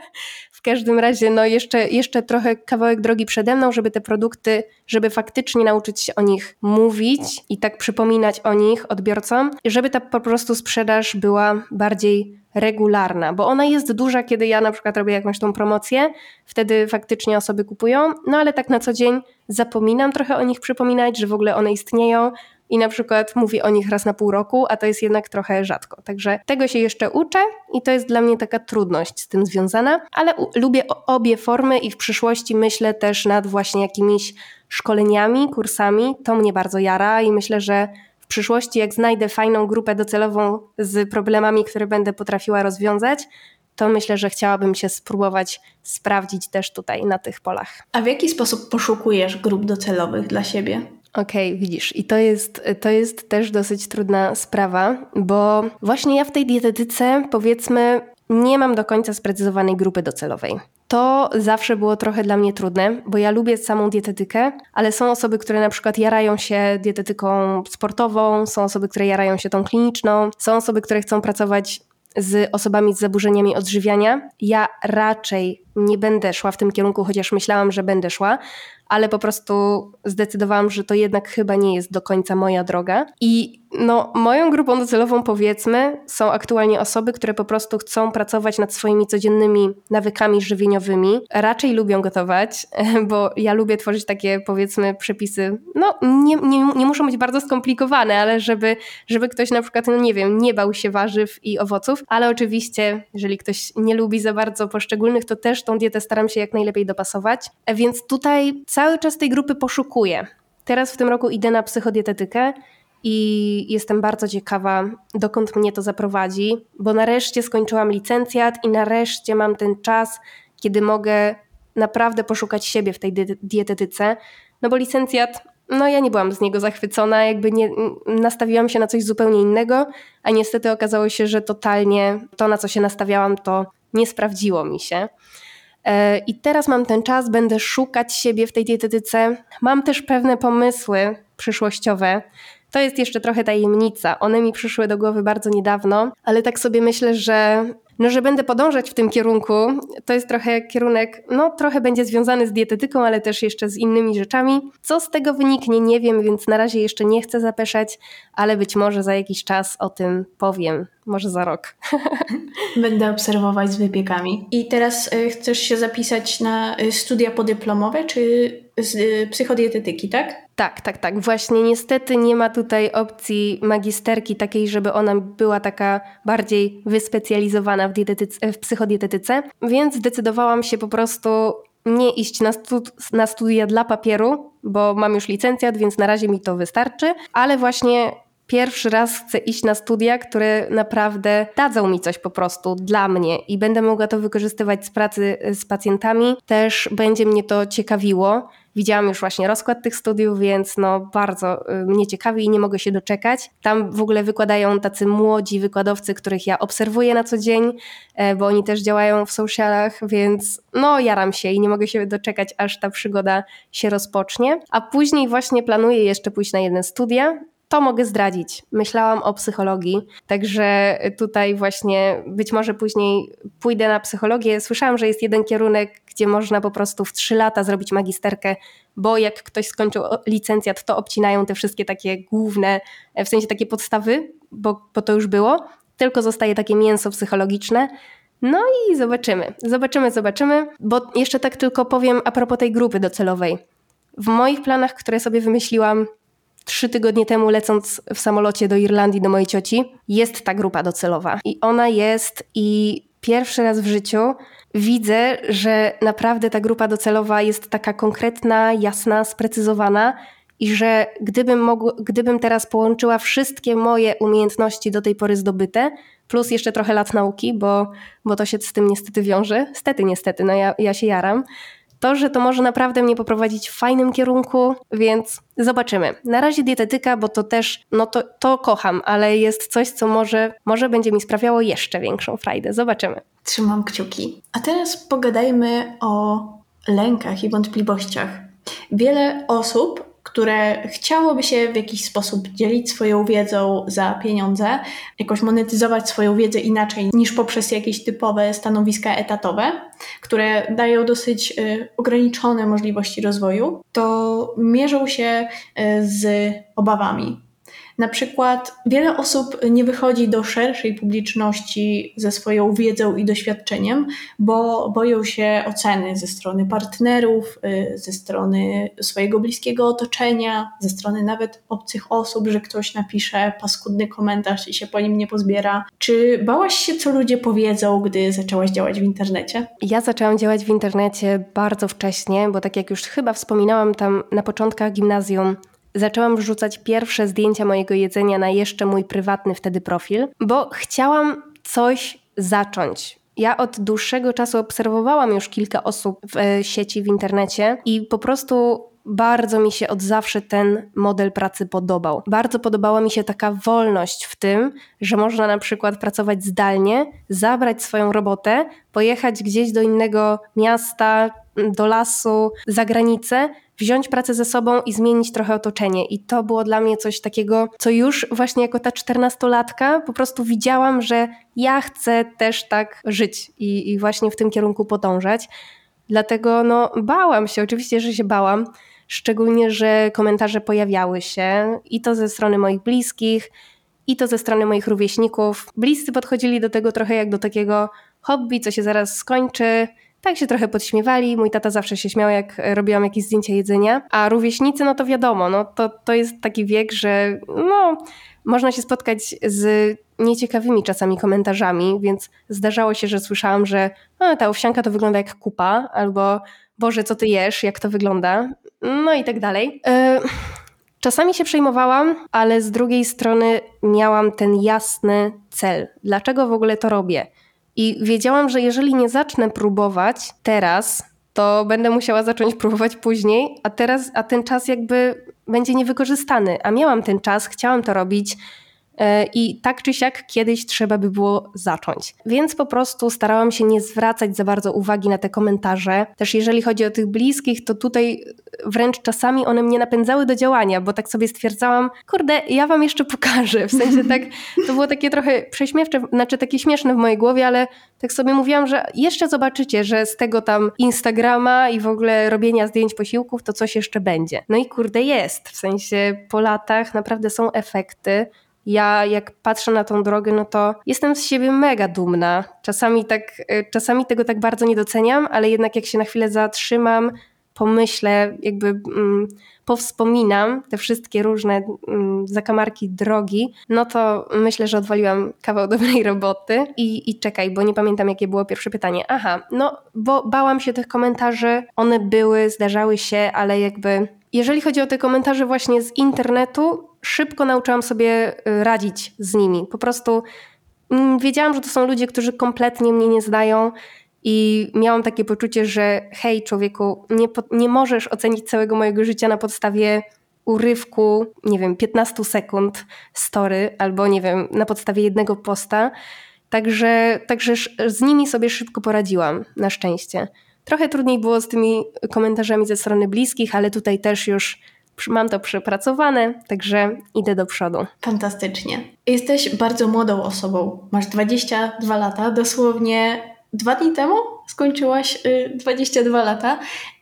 W każdym razie jeszcze trochę kawałek drogi przede mną, żeby te produkty, żeby faktycznie nauczyć się o nich mówić i tak przypominać o nich odbiorcom, żeby ta po prostu sprzedaż była bardziej regularna, bo ona jest duża, kiedy ja na przykład robię jakąś tą promocję, wtedy faktycznie osoby kupują, ale tak na co dzień zapominam trochę o nich przypominać, że w ogóle one istnieją i na przykład mówię o nich raz na pół roku, a to jest jednak trochę rzadko. Także tego się jeszcze uczę i to jest dla mnie taka trudność z tym związana, ale lubię obie formy i w przyszłości myślę też nad właśnie jakimiś szkoleniami, kursami. To mnie bardzo jara i myślę, że w przyszłości jak znajdę fajną grupę docelową z problemami, które będę potrafiła rozwiązać, to myślę, że chciałabym się spróbować sprawdzić też tutaj na tych polach. A w jaki sposób poszukujesz grup docelowych dla siebie? Okej, widzisz. I to jest też dosyć trudna sprawa, bo właśnie ja w tej dietetyce, powiedzmy, nie mam do końca sprecyzowanej grupy docelowej. To zawsze było trochę dla mnie trudne, bo ja lubię samą dietetykę, ale są osoby, które na przykład jarają się dietetyką sportową, są osoby, które jarają się tą kliniczną, są osoby, które chcą pracować z osobami z zaburzeniami odżywiania. Ja raczej nie będę szła w tym kierunku, chociaż myślałam, że będę szła, ale po prostu zdecydowałam, że to jednak chyba nie jest do końca moja droga. I moją grupą docelową, powiedzmy, są aktualnie osoby, które po prostu chcą pracować nad swoimi codziennymi nawykami żywieniowymi. Raczej lubią gotować, bo ja lubię tworzyć takie, powiedzmy, przepisy, nie muszą być bardzo skomplikowane, ale żeby ktoś na przykład, nie bał się warzyw i owoców, ale oczywiście, jeżeli ktoś nie lubi za bardzo poszczególnych, to też tą dietę staram się jak najlepiej dopasować. Więc tutaj cały czas tej grupy poszukuję. Teraz w tym roku idę na psychodietetykę i jestem bardzo ciekawa, dokąd mnie to zaprowadzi, bo nareszcie skończyłam licencjat i nareszcie mam ten czas, kiedy mogę naprawdę poszukać siebie w tej dietetyce, bo licencjat, ja nie byłam z niego zachwycona, nastawiłam się na coś zupełnie innego, a niestety okazało się, że totalnie to, na co się nastawiałam, to nie sprawdziło mi się. I teraz mam ten czas, będę szukać siebie w tej dietetyce. Mam też pewne pomysły przyszłościowe. To jest jeszcze trochę tajemnica. One mi przyszły do głowy bardzo niedawno, ale tak sobie myślę, że będę podążać w tym kierunku. To jest trochę kierunek, trochę będzie związany z dietetyką, ale też jeszcze z innymi rzeczami. Co z tego wyniknie, nie wiem, więc na razie jeszcze nie chcę zapeszać, ale być może za jakiś czas o tym powiem. Może za rok. Będę obserwować z wypiekami. I teraz chcesz się zapisać na studia podyplomowe czy z psychodietetyki, tak? Tak. Właśnie niestety nie ma tutaj opcji magisterki takiej, żeby ona była taka bardziej wyspecjalizowana w psychodietetyce, więc zdecydowałam się po prostu nie iść na studia dla papieru, bo mam już licencjat, więc na razie mi to wystarczy, ale właśnie pierwszy raz chcę iść na studia, które naprawdę dadzą mi coś po prostu dla mnie i będę mogła to wykorzystywać z pracy z pacjentami. Też będzie mnie to ciekawiło. Widziałam już właśnie rozkład tych studiów, więc bardzo mnie ciekawi i nie mogę się doczekać. Tam w ogóle wykładają tacy młodzi wykładowcy, których ja obserwuję na co dzień, bo oni też działają w socialach, więc jaram się i nie mogę się doczekać, aż ta przygoda się rozpocznie. A później właśnie planuję jeszcze pójść na jedne studia. To mogę zdradzić. Myślałam o psychologii, także tutaj właśnie być może później pójdę na psychologię. Słyszałam, że jest jeden kierunek, gdzie można po prostu w 3 lata zrobić magisterkę, bo jak ktoś skończył licencjat, to obcinają te wszystkie takie główne, w sensie takie podstawy, bo to już było, tylko zostaje takie mięso psychologiczne. I zobaczymy, bo jeszcze tak tylko powiem a propos tej grupy docelowej. W moich planach, które sobie wymyśliłam 3 tygodnie temu, lecąc w samolocie do Irlandii do mojej cioci, jest ta grupa docelowa. I ona jest i pierwszy raz w życiu widzę, że naprawdę ta grupa docelowa jest taka konkretna, jasna, sprecyzowana i że gdybym teraz połączyła wszystkie moje umiejętności do tej pory zdobyte, plus jeszcze trochę lat nauki, bo to się z tym niestety wiąże. Niestety, ja się jaram. Że to może naprawdę mnie poprowadzić w fajnym kierunku, więc zobaczymy. Na razie dietetyka, bo to też, to kocham, ale jest coś, co może będzie mi sprawiało jeszcze większą frajdę. Zobaczymy. Trzymam kciuki. A teraz pogadajmy o lękach i wątpliwościach. Wiele osób, które chciałoby się w jakiś sposób dzielić swoją wiedzą za pieniądze, jakoś monetyzować swoją wiedzę inaczej niż poprzez jakieś typowe stanowiska etatowe, które dają dosyć ograniczone możliwości rozwoju, to mierzą się z obawami. Na przykład wiele osób nie wychodzi do szerszej publiczności ze swoją wiedzą i doświadczeniem, bo boją się oceny ze strony partnerów, ze strony swojego bliskiego otoczenia, ze strony nawet obcych osób, że ktoś napisze paskudny komentarz i się po nim nie pozbiera. Czy bałaś się, co ludzie powiedzą, gdy zaczęłaś działać w internecie? Ja zaczęłam działać w internecie bardzo wcześnie, bo tak jak już chyba wspominałam tam na początkach gimnazjum, zaczęłam wrzucać pierwsze zdjęcia mojego jedzenia na jeszcze mój prywatny wtedy profil, bo chciałam coś zacząć. Ja od dłuższego czasu obserwowałam już kilka osób w sieci, w internecie i po prostu bardzo mi się od zawsze ten model pracy podobał. Bardzo podobała mi się taka wolność w tym, że można na przykład pracować zdalnie, zabrać swoją robotę, pojechać gdzieś do innego miasta, do lasu, za granicę, wziąć pracę ze sobą i zmienić trochę otoczenie. I to było dla mnie coś takiego, co już właśnie jako ta 14-latka po prostu widziałam, że ja chcę też tak żyć i właśnie w tym kierunku podążać. Dlatego bałam się, oczywiście, że się bałam, szczególnie, że komentarze pojawiały się i to ze strony moich bliskich, i to ze strony moich rówieśników. Bliscy podchodzili do tego trochę jak do takiego hobby, co się zaraz skończy. Tak się trochę podśmiewali, mój tata zawsze się śmiał, jak robiłam jakieś zdjęcia jedzenia, a rówieśnicy, to wiadomo, to jest taki wiek, że można się spotkać z nieciekawymi czasami komentarzami, więc zdarzało się, że słyszałam, że ta owsianka to wygląda jak kupa, albo Boże, co ty jesz, jak to wygląda, i tak dalej. Czasami się przejmowałam, ale z drugiej strony miałam ten jasny cel. Dlaczego w ogóle to robię? I wiedziałam, że jeżeli nie zacznę próbować teraz, to będę musiała zacząć próbować później, a ten czas jakby będzie niewykorzystany. A miałam ten czas, chciałam to robić i tak czy siak kiedyś trzeba by było zacząć. Więc po prostu starałam się nie zwracać za bardzo uwagi na te komentarze. Też jeżeli chodzi o tych bliskich, to tutaj wręcz czasami one mnie napędzały do działania, bo tak sobie stwierdzałam, kurde, ja wam jeszcze pokażę. W sensie tak, to było takie trochę prześmiewcze, znaczy takie śmieszne w mojej głowie, ale tak sobie mówiłam, że jeszcze zobaczycie, że z tego tam Instagrama i w ogóle robienia zdjęć posiłków to coś jeszcze będzie. No i kurde jest, w sensie po latach naprawdę są efekty. Ja jak patrzę na tą drogę, to jestem z siebie mega dumna. Czasami tego tak bardzo nie doceniam, ale jednak jak się na chwilę zatrzymam, pomyślę, jakby powspominam te wszystkie różne zakamarki drogi, to myślę, że odwaliłam kawał dobrej roboty. I czekaj, bo nie pamiętam, jakie było pierwsze pytanie. Bo bałam się tych komentarzy, one były, zdarzały się, ale jakby jeżeli chodzi o te komentarze właśnie z internetu, szybko nauczyłam sobie radzić z nimi. Po prostu wiedziałam, że to są ludzie, którzy kompletnie mnie nie znają i miałam takie poczucie, że hej człowieku, nie możesz ocenić całego mojego życia na podstawie urywku, 15 sekund story albo na podstawie jednego posta. Także z nimi sobie szybko poradziłam, na szczęście. Trochę trudniej było z tymi komentarzami ze strony bliskich, ale tutaj też już mam to przepracowane, także idę do przodu. Fantastycznie. Jesteś bardzo młodą osobą. Masz 22 lata, dosłownie 2 dni temu skończyłaś 22 lata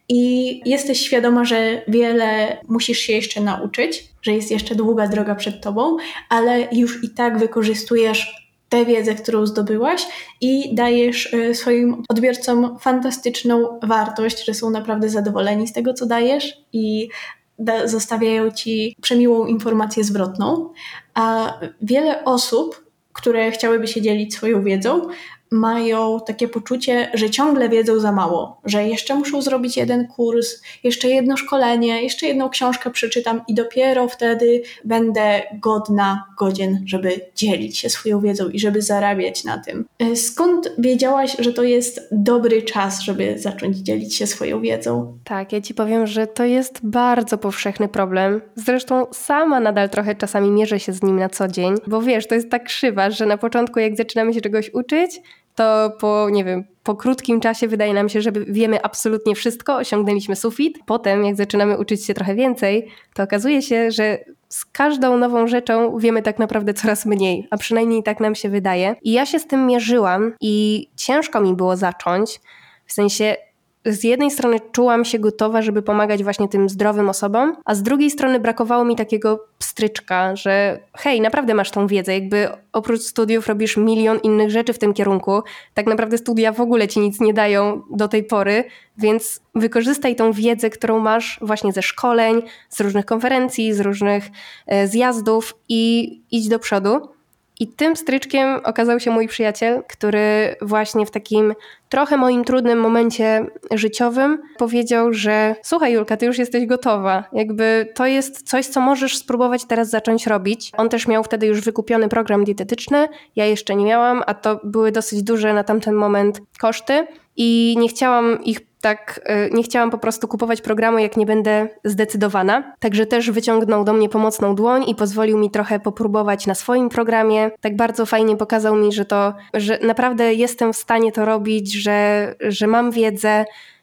i jesteś świadoma, że wiele musisz się jeszcze nauczyć, że jest jeszcze długa droga przed tobą, ale już i tak wykorzystujesz tę wiedzę, którą zdobyłaś i dajesz swoim odbiorcom fantastyczną wartość, że są naprawdę zadowoleni z tego, co dajesz i zostawiają ci przemiłą informację zwrotną. A wiele osób, które chciałyby się dzielić swoją wiedzą, mają takie poczucie, że ciągle wiedzą za mało, że jeszcze muszą zrobić jeden kurs, jeszcze jedno szkolenie, jeszcze jedną książkę przeczytam i dopiero wtedy będę godzien, żeby dzielić się swoją wiedzą i żeby zarabiać na tym. Skąd wiedziałaś, że to jest dobry czas, żeby zacząć dzielić się swoją wiedzą? Tak, ja ci powiem, że to jest bardzo powszechny problem. Zresztą sama nadal trochę czasami mierzę się z nim na co dzień, bo wiesz, to jest tak krzywa, że na początku jak zaczynamy się czegoś uczyć, to po krótkim czasie wydaje nam się, że wiemy absolutnie wszystko, osiągnęliśmy sufit. Potem jak zaczynamy uczyć się trochę więcej, to okazuje się, że z każdą nową rzeczą wiemy tak naprawdę coraz mniej, a przynajmniej tak nam się wydaje. I ja się z tym mierzyłam i ciężko mi było zacząć, w sensie z jednej strony czułam się gotowa, żeby pomagać właśnie tym zdrowym osobom, a z drugiej strony brakowało mi takiego pstryczka, że hej, naprawdę masz tą wiedzę, jakby oprócz studiów robisz milion innych rzeczy w tym kierunku, tak naprawdę studia w ogóle ci nic nie dają do tej pory, więc wykorzystaj tą wiedzę, którą masz właśnie ze szkoleń, z różnych konferencji, z różnych zjazdów i idź do przodu. I tym pstryczkiem okazał się mój przyjaciel, który właśnie w takim trochę moim trudnym momencie życiowym powiedział, że słuchaj Julka, ty już jesteś gotowa. Jakby to jest coś, co możesz spróbować teraz zacząć robić. On też miał wtedy już wykupiony program dietetyczny, ja jeszcze nie miałam, a to były dosyć duże na tamten moment koszty i nie chciałam po prostu kupować programu, jak nie będę zdecydowana. Także też wyciągnął do mnie pomocną dłoń i pozwolił mi trochę popróbować na swoim programie. Tak bardzo fajnie pokazał mi, że naprawdę jestem w stanie to robić, że mam wiedzę.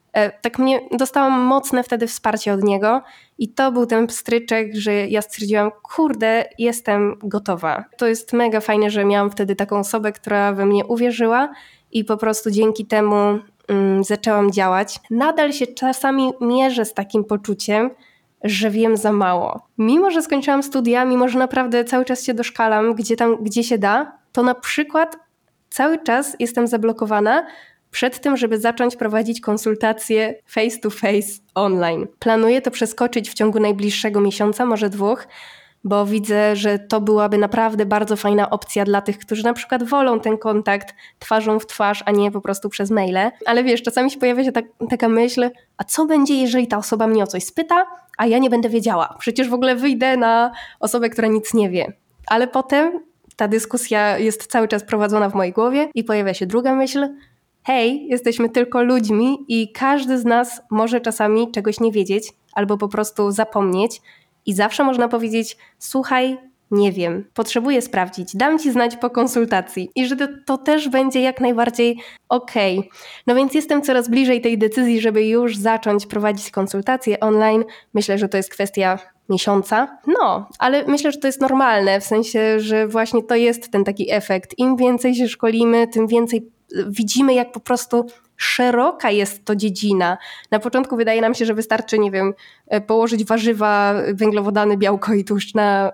Dostałam mocne wtedy wsparcie od niego i to był ten pstryczek, że ja stwierdziłam, kurde, jestem gotowa. To jest mega fajne, że miałam wtedy taką osobę, która we mnie uwierzyła i po prostu dzięki temu zaczęłam działać. Nadal się czasami mierzę z takim poczuciem, że wiem za mało. Mimo że skończyłam studia, mimo że naprawdę cały czas się doszkalam, gdzie się da, to na przykład cały czas jestem zablokowana przed tym, żeby zacząć prowadzić konsultacje face to face online. Planuję to przeskoczyć w ciągu najbliższego miesiąca, może 2, bo widzę, że to byłaby naprawdę bardzo fajna opcja dla tych, którzy na przykład wolą ten kontakt twarzą w twarz, a nie po prostu przez maile. Ale wiesz, czasami się pojawia się taka myśl, a co będzie, jeżeli ta osoba mnie o coś spyta, a ja nie będę wiedziała? Przecież w ogóle wyjdę na osobę, która nic nie wie. Ale potem ta dyskusja jest cały czas prowadzona w mojej głowie i pojawia się druga myśl, hej, jesteśmy tylko ludźmi i każdy z nas może czasami czegoś nie wiedzieć albo po prostu zapomnieć i zawsze można powiedzieć, słuchaj, nie wiem, potrzebuję sprawdzić, dam ci znać po konsultacji i że to też będzie jak najbardziej okej. No więc jestem coraz bliżej tej decyzji, żeby już zacząć prowadzić konsultacje online. Myślę, że to jest kwestia miesiąca. No, ale myślę, że to jest normalne, w sensie, że właśnie to jest ten taki efekt. Im więcej się szkolimy, tym więcej widzimy, jak po prostu szeroka jest to dziedzina. Na początku wydaje nam się, że wystarczy, nie wiem, położyć warzywa, węglowodany, białko i tłuszcz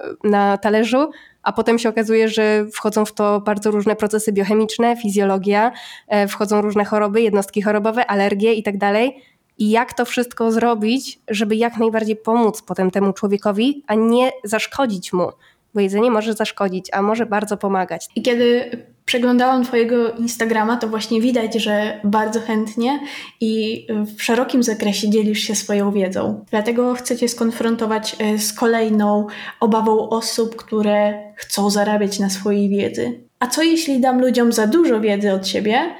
na talerzu, a potem się okazuje, że wchodzą w to bardzo różne procesy biochemiczne, fizjologia, wchodzą różne choroby, jednostki chorobowe, alergie i tak dalej. I jak to wszystko zrobić, żeby jak najbardziej pomóc potem temu człowiekowi, a nie zaszkodzić mu. Bo jedzenie może zaszkodzić, a może bardzo pomagać. I kiedy przeglądałam Twojego Instagrama, to właśnie widać, że bardzo chętnie i w szerokim zakresie dzielisz się swoją wiedzą. Dlatego chcę Cię skonfrontować z kolejną obawą osób, które chcą zarabiać na swojej wiedzy. A co jeśli dam ludziom za dużo wiedzy od siebie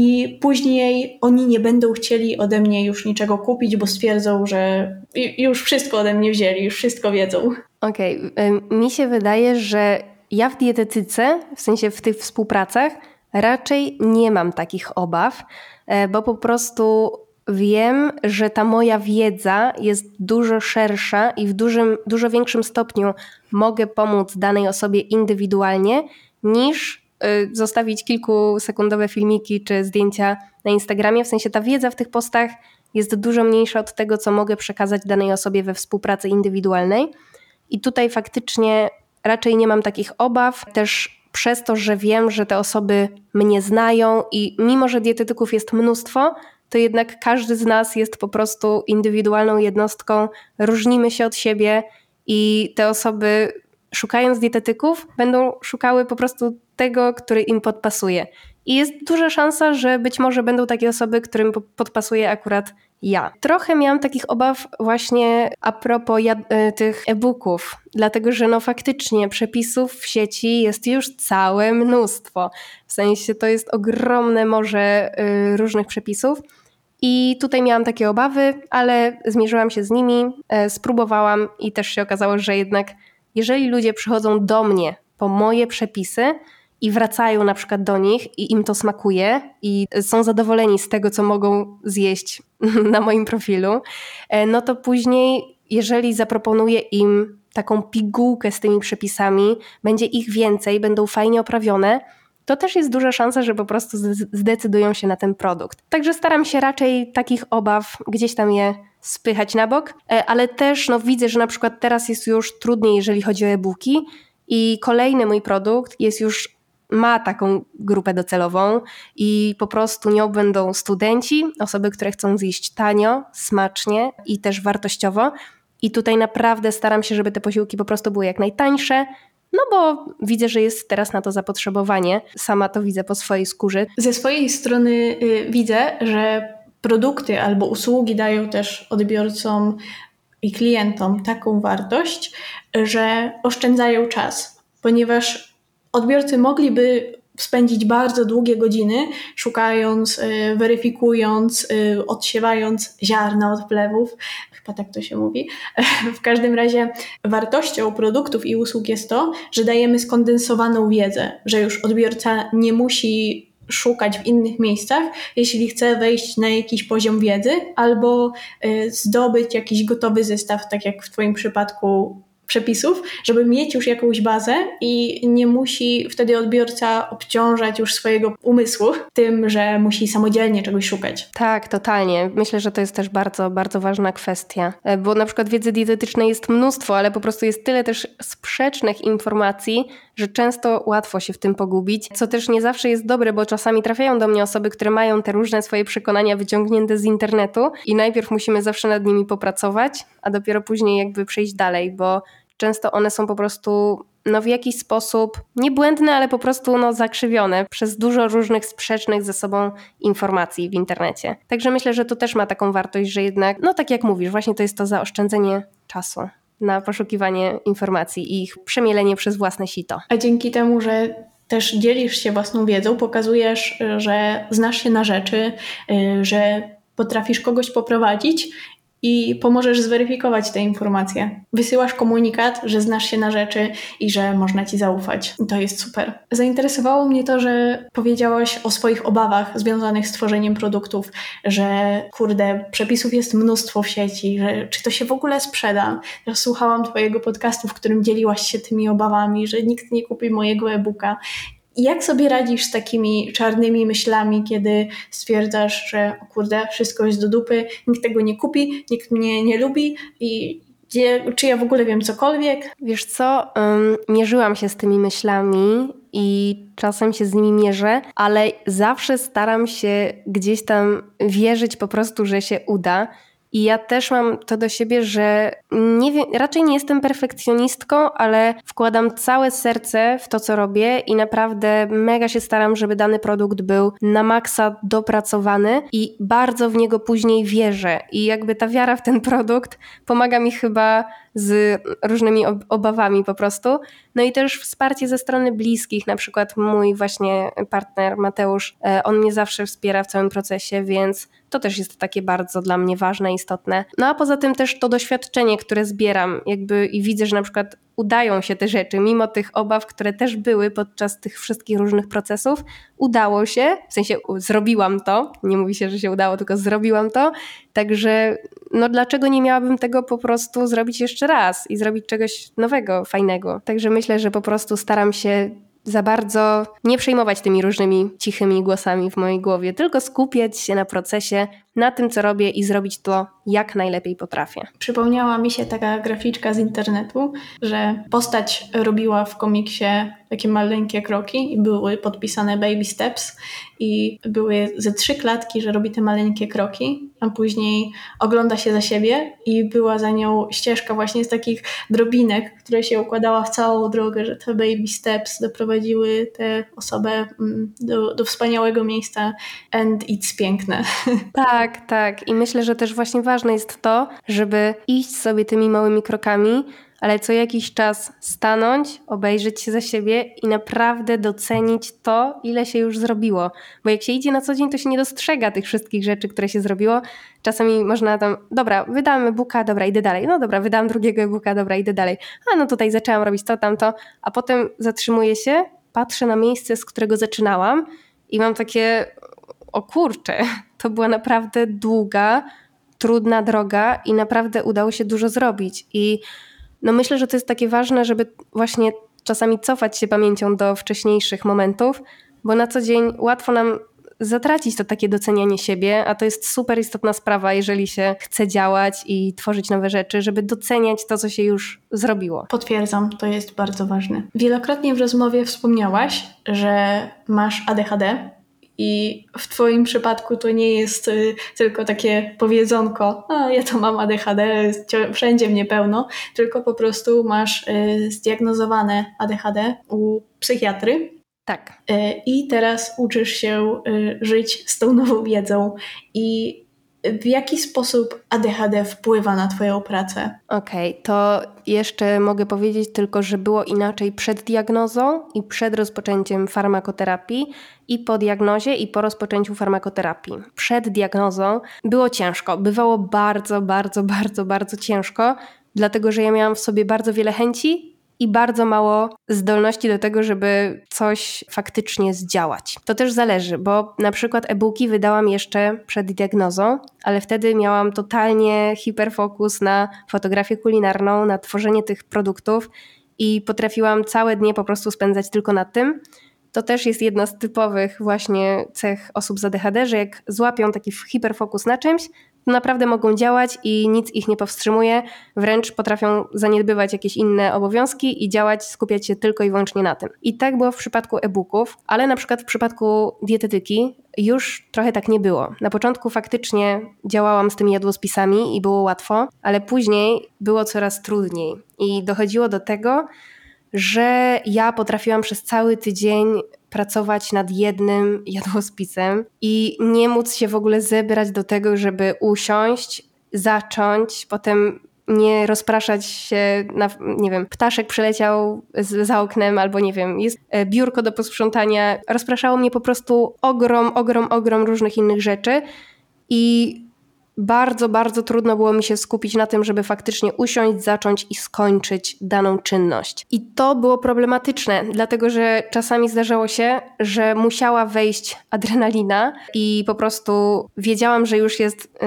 i później oni nie będą chcieli ode mnie już niczego kupić, bo stwierdzą, że już wszystko ode mnie wzięli, już wszystko wiedzą. Okej, mi się wydaje, że ja w dietetyce, w sensie w tych współpracach, raczej nie mam takich obaw, bo po prostu wiem, że ta moja wiedza jest dużo szersza i w dużo większym stopniu mogę pomóc danej osobie indywidualnie niż zostawić kilkusekundowe filmiki czy zdjęcia na Instagramie. W sensie ta wiedza w tych postach jest dużo mniejsza od tego, co mogę przekazać danej osobie we współpracy indywidualnej. I tutaj faktycznie raczej nie mam takich obaw, też przez to, że wiem, że te osoby mnie znają i mimo, że dietetyków jest mnóstwo, to jednak każdy z nas jest po prostu indywidualną jednostką, różnimy się od siebie i te osoby, szukając dietetyków, będą szukały po prostu tego, który im podpasuje. I jest duża szansa, że być może będą takie osoby, którym podpasuje akurat ja. Trochę miałam takich obaw właśnie a propos tych e-booków, dlatego że faktycznie przepisów w sieci jest już całe mnóstwo. W sensie to jest ogromne morze różnych przepisów i tutaj miałam takie obawy, ale zmierzyłam się z nimi, spróbowałam i też się okazało, że jednak jeżeli ludzie przychodzą do mnie po moje przepisy i wracają na przykład do nich i im to smakuje i są zadowoleni z tego, co mogą zjeść na moim profilu, no to później, jeżeli zaproponuję im taką pigułkę z tymi przepisami, będzie ich więcej, będą fajnie oprawione, to też jest duża szansa, że po prostu zdecydują się na ten produkt. Także staram się raczej takich obaw gdzieś tam je spychać na bok, ale też widzę, że na przykład teraz jest już trudniej, jeżeli chodzi o e-booki i kolejny mój produkt ma taką grupę docelową i po prostu nią będą studenci, osoby, które chcą zjeść tanio, smacznie i też wartościowo. I tutaj naprawdę staram się, żeby te posiłki po prostu były jak najtańsze, No bo widzę, że jest teraz na to zapotrzebowanie. Sama to widzę po swojej skórze. Ze swojej strony widzę, że produkty albo usługi dają też odbiorcom i klientom taką wartość, że oszczędzają czas, ponieważ odbiorcy mogliby spędzić bardzo długie godziny szukając, weryfikując, odsiewając ziarna od plewów. Chyba tak to się mówi. W każdym razie wartością produktów i usług jest to, że dajemy skondensowaną wiedzę, że już odbiorca nie musi szukać w innych miejscach, jeśli chce wejść na jakiś poziom wiedzy albo zdobyć jakiś gotowy zestaw, tak jak w Twoim przypadku przepisów, żeby mieć już jakąś bazę i nie musi wtedy odbiorca obciążać już swojego umysłu tym, że musi samodzielnie czegoś szukać. Tak, totalnie. Myślę, że to jest też bardzo, bardzo ważna kwestia, bo na przykład wiedzy dietetycznej jest mnóstwo, ale po prostu jest tyle też sprzecznych informacji, że często łatwo się w tym pogubić, co też nie zawsze jest dobre, bo czasami trafiają do mnie osoby, które mają te różne swoje przekonania wyciągnięte z internetu i najpierw musimy zawsze nad nimi popracować, a dopiero później jakby przejść dalej, bo często one są po prostu w jakiś sposób nie błędne, ale po prostu zakrzywione przez dużo różnych sprzecznych ze sobą informacji w internecie. Także myślę, że to też ma taką wartość, że jednak, tak jak mówisz, właśnie to jest to zaoszczędzenie czasu na poszukiwanie informacji i ich przemielenie przez własne sito. A dzięki temu, że też dzielisz się własną wiedzą, pokazujesz, że znasz się na rzeczy, że potrafisz kogoś poprowadzić i pomożesz zweryfikować te informacje. Wysyłasz komunikat, że znasz się na rzeczy i że można Ci zaufać. I to jest super. Zainteresowało mnie to, że powiedziałaś o swoich obawach związanych z tworzeniem produktów, że przepisów jest mnóstwo w sieci, że czy to się w ogóle sprzeda. Teraz słuchałam Twojego podcastu, w którym dzieliłaś się tymi obawami, że nikt nie kupi mojego e-booka. I jak sobie radzisz z takimi czarnymi myślami, kiedy stwierdzasz, że wszystko jest do dupy, nikt tego nie kupi, nikt mnie nie lubi i czy ja w ogóle wiem cokolwiek? Wiesz co, mierzyłam się z tymi myślami i czasem się z nimi mierzę, ale zawsze staram się gdzieś tam wierzyć po prostu, że się uda. I ja też mam to do siebie, że raczej nie jestem perfekcjonistką, ale wkładam całe serce w to, co robię i naprawdę mega się staram, żeby dany produkt był na maksa dopracowany i bardzo w niego później wierzę. I jakby ta wiara w ten produkt pomaga mi chyba z różnymi obawami po prostu. No i też wsparcie ze strony bliskich, na przykład mój właśnie partner Mateusz, on mnie zawsze wspiera w całym procesie, więc to też jest takie bardzo dla mnie ważne, istotne. No a poza tym też to doświadczenie, które zbieram i widzę, że na przykład udają się te rzeczy, mimo tych obaw, które też były podczas tych wszystkich różnych procesów, udało się, w sensie zrobiłam to, nie mówi się, że się udało, tylko zrobiłam to, także dlaczego nie miałabym tego po prostu zrobić jeszcze raz i zrobić czegoś nowego, fajnego. Także myślę, że po prostu staram się za bardzo nie przejmować tymi różnymi cichymi głosami w mojej głowie, tylko skupiać się na procesie, na tym, co robię i zrobić to jak najlepiej potrafię. Przypomniała mi się taka graficzka z internetu, że postać robiła w komiksie takie maleńkie kroki i były podpisane baby steps i były ze 3 klatki, że robi te maleńkie kroki, a później ogląda się za siebie i była za nią ścieżka właśnie z takich drobinek, które się układała w całą drogę, że te baby steps doprowadziły tę osobę do wspaniałego miejsca and it's piękne. Tak. I myślę, że też właśnie ważne jest to, żeby iść sobie tymi małymi krokami, ale co jakiś czas stanąć, obejrzeć się za siebie i naprawdę docenić to, ile się już zrobiło. Bo jak się idzie na co dzień, to się nie dostrzega tych wszystkich rzeczy, które się zrobiło. Czasami można tam, dobra, wydałam e-booka, dobra, idę dalej. No dobra, wydałam drugiego e-booka, dobra, idę dalej. Tutaj zaczęłam robić to, tamto, a potem zatrzymuję się, patrzę na miejsce, z którego zaczynałam i mam takie, o kurczę, to była naprawdę długa, trudna droga i naprawdę udało się dużo zrobić. I myślę, że to jest takie ważne, żeby właśnie czasami cofać się pamięcią do wcześniejszych momentów, bo na co dzień łatwo nam zatracić to takie docenianie siebie, a to jest super istotna sprawa, jeżeli się chce działać i tworzyć nowe rzeczy, żeby doceniać to, co się już zrobiło. Potwierdzam, to jest bardzo ważne. Wielokrotnie w rozmowie wspomniałaś, że masz ADHD I w twoim przypadku to nie jest tylko takie powiedzonko, ja to mam ADHD, wszędzie mnie pełno, tylko po prostu masz zdiagnozowane ADHD u psychiatry. Tak. I teraz uczysz się żyć z tą nową wiedzą. I w jaki sposób ADHD wpływa na twoją pracę? Okej, to jeszcze mogę powiedzieć tylko, że było inaczej przed diagnozą i przed rozpoczęciem farmakoterapii i po diagnozie i po rozpoczęciu farmakoterapii. Przed diagnozą było ciężko, bywało bardzo, bardzo, bardzo, bardzo ciężko, dlatego że ja miałam w sobie bardzo wiele chęci i bardzo mało zdolności do tego, żeby coś faktycznie zdziałać. To też zależy, bo na przykład e-booki wydałam jeszcze przed diagnozą, ale wtedy miałam totalnie hiperfokus na fotografię kulinarną, na tworzenie tych produktów i potrafiłam całe dnie po prostu spędzać tylko na tym. To też jest jedna z typowych właśnie cech osób z ADHD, że jak złapią taki hiperfokus na czymś, to naprawdę mogą działać i nic ich nie powstrzymuje, wręcz potrafią zaniedbywać jakieś inne obowiązki i działać, skupiać się tylko i wyłącznie na tym. I tak było w przypadku e-booków, ale na przykład w przypadku dietetyki już trochę tak nie było. Na początku faktycznie działałam z tymi jadłospisami i było łatwo, ale później było coraz trudniej i dochodziło do tego, że ja potrafiłam przez cały tydzień pracować nad jednym jadłospisem i nie móc się w ogóle zebrać do tego, żeby usiąść, zacząć, potem nie rozpraszać się na, nie wiem, ptaszek przeleciał za oknem albo nie wiem, jest biurko do posprzątania. Rozpraszało mnie po prostu ogrom różnych innych rzeczy i bardzo, bardzo trudno było mi się skupić na tym, żeby faktycznie usiąść, zacząć i skończyć daną czynność. I to było problematyczne, dlatego że czasami zdarzało się, że musiała wejść adrenalina i po prostu wiedziałam, że już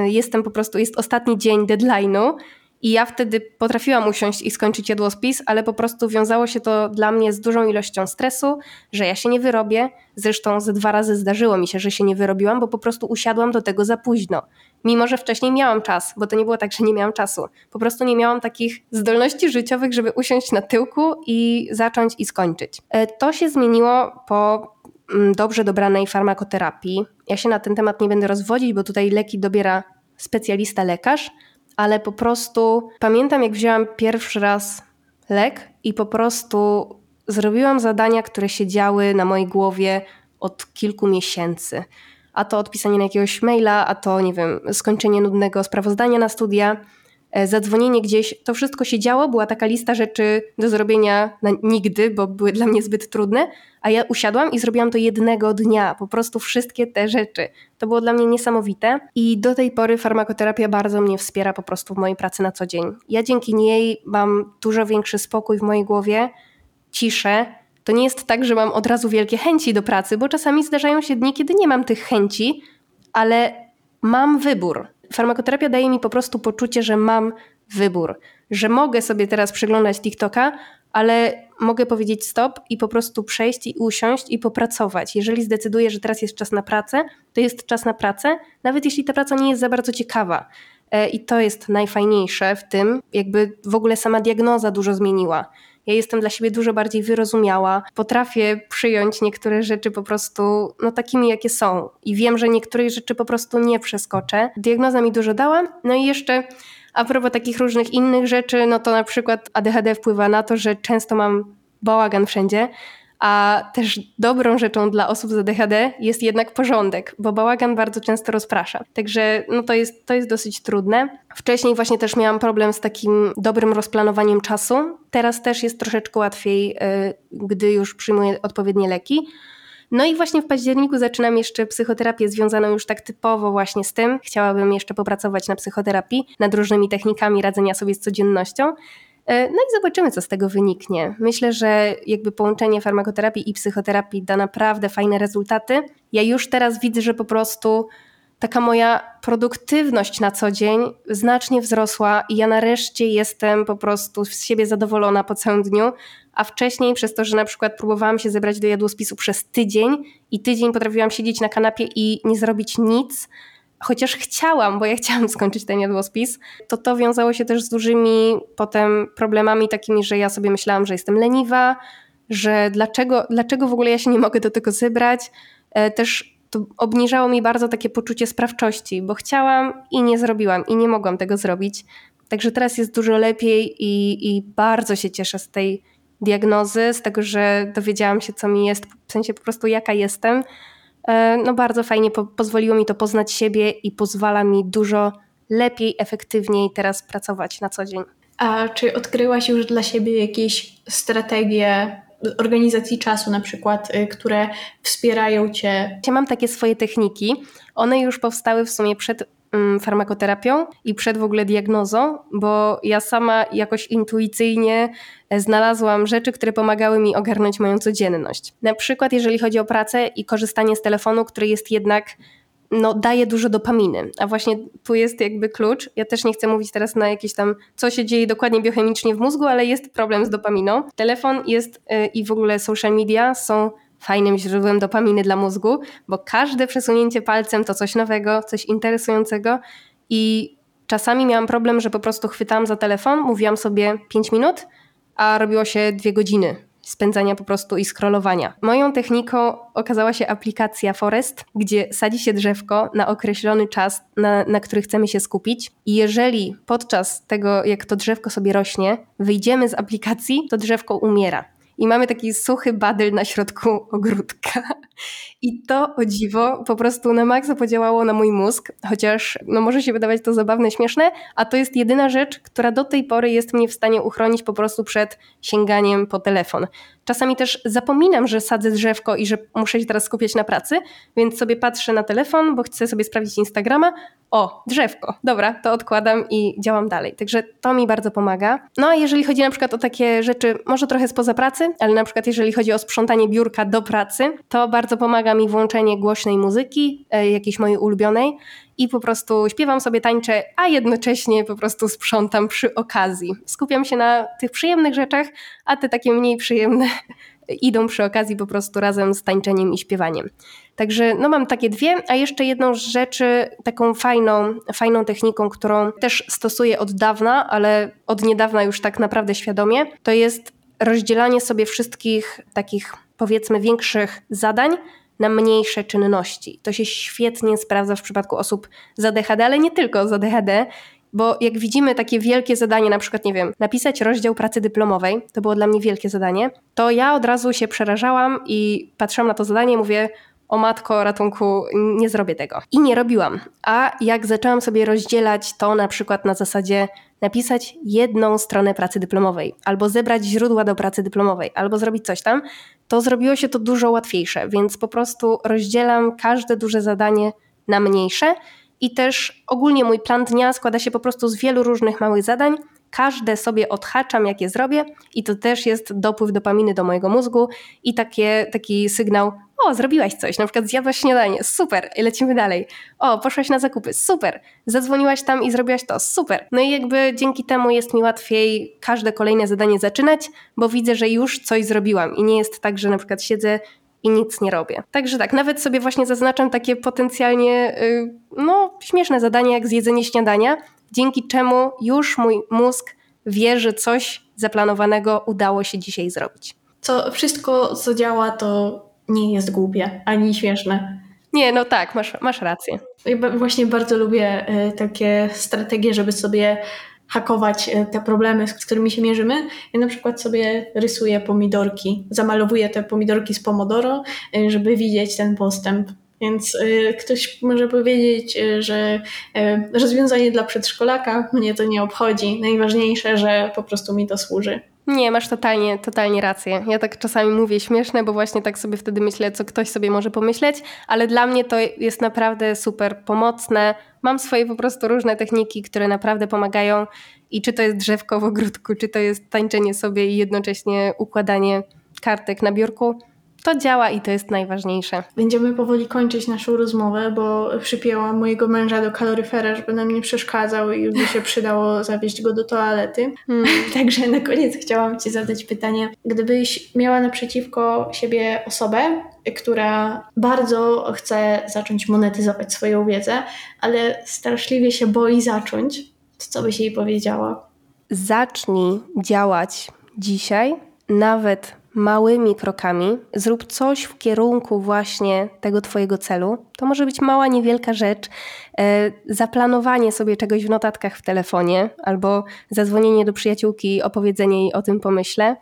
jest ostatni dzień deadline'u i ja wtedy potrafiłam usiąść i skończyć jadłospis, ale po prostu wiązało się to dla mnie z dużą ilością stresu, że ja się nie wyrobię. Zresztą ze 2 razy zdarzyło mi się, że się nie wyrobiłam, bo po prostu usiadłam do tego za późno. Mimo że wcześniej miałam czas, bo to nie było tak, że nie miałam czasu. Po prostu nie miałam takich zdolności życiowych, żeby usiąść na tyłku i zacząć i skończyć. To się zmieniło po dobrze dobranej farmakoterapii. Ja się na ten temat nie będę rozwodzić, bo tutaj leki dobiera specjalista lekarz, ale po prostu pamiętam, jak wzięłam pierwszy raz lek i po prostu zrobiłam zadania, które się działy na mojej głowie od kilku miesięcy. A to odpisanie na jakiegoś maila, a to, nie wiem, skończenie nudnego sprawozdania na studia, zadzwonienie gdzieś. To wszystko się działo, była taka lista rzeczy do zrobienia na nigdy, bo były dla mnie zbyt trudne, a ja usiadłam i zrobiłam to jednego dnia, po prostu wszystkie te rzeczy. To było dla mnie niesamowite i do tej pory farmakoterapia bardzo mnie wspiera po prostu w mojej pracy na co dzień. Ja dzięki niej mam dużo większy spokój w mojej głowie, ciszę. To nie jest tak, że mam od razu wielkie chęci do pracy, bo czasami zdarzają się dni, kiedy nie mam tych chęci, ale mam wybór. Farmakoterapia daje mi po prostu poczucie, że mam wybór, że mogę sobie teraz przeglądać TikToka, ale mogę powiedzieć stop i po prostu przejść i usiąść i popracować. Jeżeli zdecyduję, że teraz jest czas na pracę, to jest czas na pracę, nawet jeśli ta praca nie jest za bardzo ciekawa. I to jest najfajniejsze w tym, jakby w ogóle sama diagnoza dużo zmieniła. Ja jestem dla siebie dużo bardziej wyrozumiała, potrafię przyjąć niektóre rzeczy po prostu takimi, jakie są i wiem, że niektórych rzeczy po prostu nie przeskoczę. Diagnoza mi dużo dała, no i jeszcze a propos takich różnych innych rzeczy, no to na przykład ADHD wpływa na to, że często mam bałagan wszędzie, a też dobrą rzeczą dla osób z ADHD jest jednak porządek, bo bałagan bardzo często rozprasza. Także to jest dosyć trudne. Wcześniej właśnie też miałam problem z takim dobrym rozplanowaniem czasu. Teraz też jest troszeczkę łatwiej, gdy już przyjmuję odpowiednie leki. No i właśnie w październiku zaczynam jeszcze psychoterapię związaną już tak typowo właśnie z tym. Chciałabym jeszcze popracować na psychoterapii, nad różnymi technikami radzenia sobie z codziennością. No i zobaczymy, co z tego wyniknie. Myślę, że jakby połączenie farmakoterapii i psychoterapii da naprawdę fajne rezultaty. Ja już teraz widzę, że po prostu taka moja produktywność na co dzień znacznie wzrosła i ja nareszcie jestem po prostu z siebie zadowolona po całym dniu, a wcześniej przez to, że na przykład próbowałam się zebrać do jadłospisu przez tydzień i tydzień potrafiłam siedzieć na kanapie i nie zrobić nic, chociaż chciałam, bo ja chciałam skończyć ten jadłospis, to wiązało się też z dużymi potem problemami takimi, że ja sobie myślałam, że jestem leniwa, że dlaczego w ogóle ja się nie mogę do tego zebrać. Też to obniżało mi bardzo takie poczucie sprawczości, bo chciałam i nie zrobiłam i nie mogłam tego zrobić. Także teraz jest dużo lepiej i bardzo się cieszę z tej diagnozy, z tego, że dowiedziałam się, co mi jest, w sensie po prostu jaka jestem. No bardzo fajnie pozwoliło mi to poznać siebie i pozwala mi dużo lepiej, efektywniej teraz pracować na co dzień. A czy odkryłaś już dla siebie jakieś strategie organizacji czasu na przykład, które wspierają Cię? Ja mam takie swoje techniki. One już powstały w sumie przed farmakoterapią i przed w ogóle diagnozą, bo ja sama jakoś intuicyjnie znalazłam rzeczy, które pomagały mi ogarnąć moją codzienność. Na przykład jeżeli chodzi o pracę i korzystanie z telefonu, który jest jednak daje dużo dopaminy, a właśnie tu jest jakby klucz. Ja też nie chcę mówić teraz na jakieś tam, co się dzieje dokładnie biochemicznie w mózgu, ale jest problem z dopaminą. Telefon jest i w ogóle social media są fajnym źródłem dopaminy dla mózgu, bo każde przesunięcie palcem to coś nowego, coś interesującego i czasami miałam problem, że po prostu chwytałam za telefon, mówiłam sobie 5 minut, a robiło się 2 godziny spędzania po prostu i scrollowania. Moją techniką okazała się aplikacja Forest, gdzie sadzi się drzewko na określony czas, na który chcemy się skupić i jeżeli podczas tego, jak to drzewko sobie rośnie, wyjdziemy z aplikacji, to drzewko umiera. I mamy taki suchy badyl na środku ogródka. I to, o dziwo, po prostu na maksa podziałało na mój mózg, chociaż może się wydawać to zabawne, śmieszne, a to jest jedyna rzecz, która do tej pory jest mnie w stanie uchronić po prostu przed sięganiem po telefon. Czasami też zapominam, że sadzę drzewko i że muszę się teraz skupiać na pracy, więc sobie patrzę na telefon, bo chcę sobie sprawdzić Instagrama. O, drzewko, dobra, to odkładam i działam dalej. Także to mi bardzo pomaga. No a jeżeli chodzi na przykład o takie rzeczy, może trochę spoza pracy, ale na przykład jeżeli chodzi o sprzątanie biurka do pracy, to bardzo pomaga mi włączenie głośnej muzyki, jakiejś mojej ulubionej i po prostu śpiewam sobie, tańczę, a jednocześnie po prostu sprzątam przy okazji. Skupiam się na tych przyjemnych rzeczach, a te takie mniej przyjemne idą przy okazji po prostu razem z tańczeniem i śpiewaniem. Także mam takie 2, a jeszcze jedną z rzeczy, taką fajną techniką, którą też stosuję od dawna, ale od niedawna już tak naprawdę świadomie, to jest rozdzielanie sobie wszystkich takich, powiedzmy, większych zadań na mniejsze czynności. To się świetnie sprawdza w przypadku osób z ADHD, ale nie tylko z ADHD, bo jak widzimy takie wielkie zadanie, na przykład, nie wiem, napisać rozdział pracy dyplomowej, to było dla mnie wielkie zadanie, to ja od razu się przerażałam i patrzyłam na to zadanie i mówię, o matko, ratunku, nie zrobię tego. I nie robiłam. A jak zaczęłam sobie rozdzielać to na przykład na zasadzie napisać 1 stronę pracy dyplomowej, albo zebrać źródła do pracy dyplomowej, albo zrobić coś tam, to zrobiło się to dużo łatwiejsze, więc po prostu rozdzielam każde duże zadanie na mniejsze i też ogólnie mój plan dnia składa się po prostu z wielu różnych małych zadań, każde sobie odhaczam, jak je zrobię i to też jest dopływ dopaminy do mojego mózgu i taki sygnał, o, zrobiłaś coś, na przykład zjadłaś śniadanie, super, lecimy dalej. O, poszłaś na zakupy, super, zadzwoniłaś tam i zrobiłaś to, super. No i jakby dzięki temu jest mi łatwiej każde kolejne zadanie zaczynać, bo widzę, że już coś zrobiłam i nie jest tak, że na przykład siedzę i nic nie robię. Także tak, nawet sobie właśnie zaznaczam takie potencjalnie śmieszne zadania jak zjedzenie śniadania, dzięki czemu już mój mózg wie, że coś zaplanowanego udało się dzisiaj zrobić. Wszystko, co działa, to nie jest głupie, ani śmieszne. Nie, tak, masz rację. Ja właśnie bardzo lubię takie strategie, żeby sobie hakować te problemy, z którymi się mierzymy. Ja na przykład sobie rysuję pomidorki, zamalowuję te pomidorki z pomodoro, żeby widzieć ten postęp. Więc ktoś może powiedzieć, że rozwiązanie dla przedszkolaka, mnie to nie obchodzi. Najważniejsze, że po prostu mi to służy. Nie, masz totalnie rację. Ja tak czasami mówię śmieszne, bo właśnie tak sobie wtedy myślę, co ktoś sobie może pomyśleć, ale dla mnie to jest naprawdę super pomocne. Mam swoje po prostu różne techniki, które naprawdę pomagają i czy to jest drzewko w ogródku, czy to jest tańczenie sobie i jednocześnie układanie kartek na biurku, to działa i to jest najważniejsze. Będziemy powoli kończyć naszą rozmowę, bo przypięłam mojego męża do kaloryfera, żeby nam nie przeszkadzał i by się przydało zawieźć go do toalety. Także na koniec chciałam Ci zadać pytanie. Gdybyś miała naprzeciwko siebie osobę, która bardzo chce zacząć monetyzować swoją wiedzę, ale straszliwie się boi zacząć, to co byś jej powiedziała? Zacznij działać dzisiaj, nawet małymi krokami, zrób coś w kierunku właśnie tego twojego celu. To może być mała, niewielka rzecz, zaplanowanie sobie czegoś w notatkach w telefonie albo zadzwonienie do przyjaciółki i opowiedzenie jej o tym pomyśle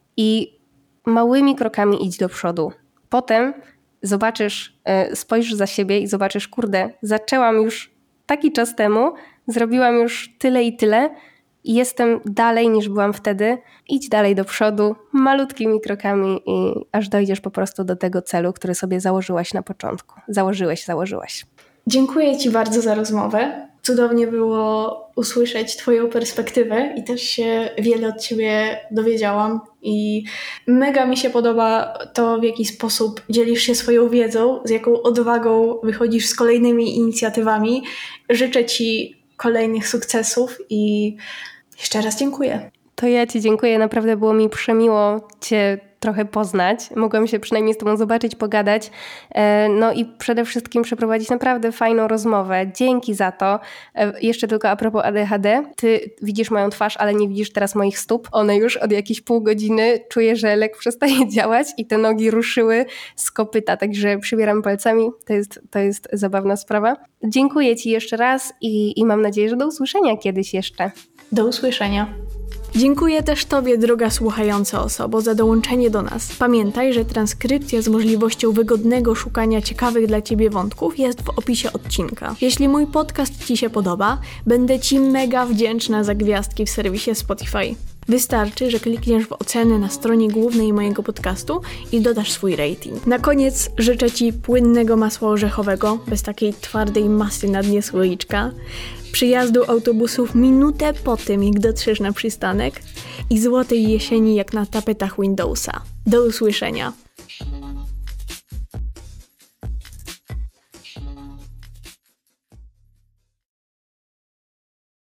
i małymi krokami idź do przodu. Potem zobaczysz, spojrzysz za siebie i zobaczysz, kurde, zaczęłam już taki czas temu, zrobiłam już tyle i tyle i jestem dalej niż byłam wtedy. Idź dalej do przodu, malutkimi krokami i aż dojdziesz po prostu do tego celu, który sobie założyłaś na początku. Założyłaś. Dziękuję Ci bardzo za rozmowę. Cudownie było usłyszeć Twoją perspektywę i też się wiele od Ciebie dowiedziałam i mega mi się podoba to, w jaki sposób dzielisz się swoją wiedzą, z jaką odwagą wychodzisz z kolejnymi inicjatywami. Życzę Ci kolejnych sukcesów i jeszcze raz dziękuję. To ja Ci dziękuję, naprawdę było mi przemiło Cię trochę poznać. Mogłam się przynajmniej z Tobą zobaczyć, pogadać, no i przede wszystkim przeprowadzić naprawdę fajną rozmowę. Dzięki za to. Jeszcze tylko a propos ADHD. Ty widzisz moją twarz, ale nie widzisz teraz moich stóp. One już od jakiejś pół godziny czuję, że lek przestaje działać i te nogi ruszyły z kopyta, także przybieram palcami. To jest zabawna sprawa. Dziękuję Ci jeszcze raz i mam nadzieję, że do usłyszenia kiedyś jeszcze. Do usłyszenia. Dziękuję też Tobie, droga słuchająca osobo, za dołączenie do nas. Pamiętaj, że transkrypcja z możliwością wygodnego szukania ciekawych dla Ciebie wątków jest w opisie odcinka. Jeśli mój podcast Ci się podoba, będę Ci mega wdzięczna za gwiazdki w serwisie Spotify. Wystarczy, że klikniesz w oceny na stronie głównej mojego podcastu i dodasz swój rating. Na koniec życzę Ci płynnego masła orzechowego, bez takiej twardej masy na dnie słoiczka, przyjazdu autobusów minutę po tym, jak dotrzesz na przystanek i złotej jesieni jak na tapetach Windowsa. Do usłyszenia.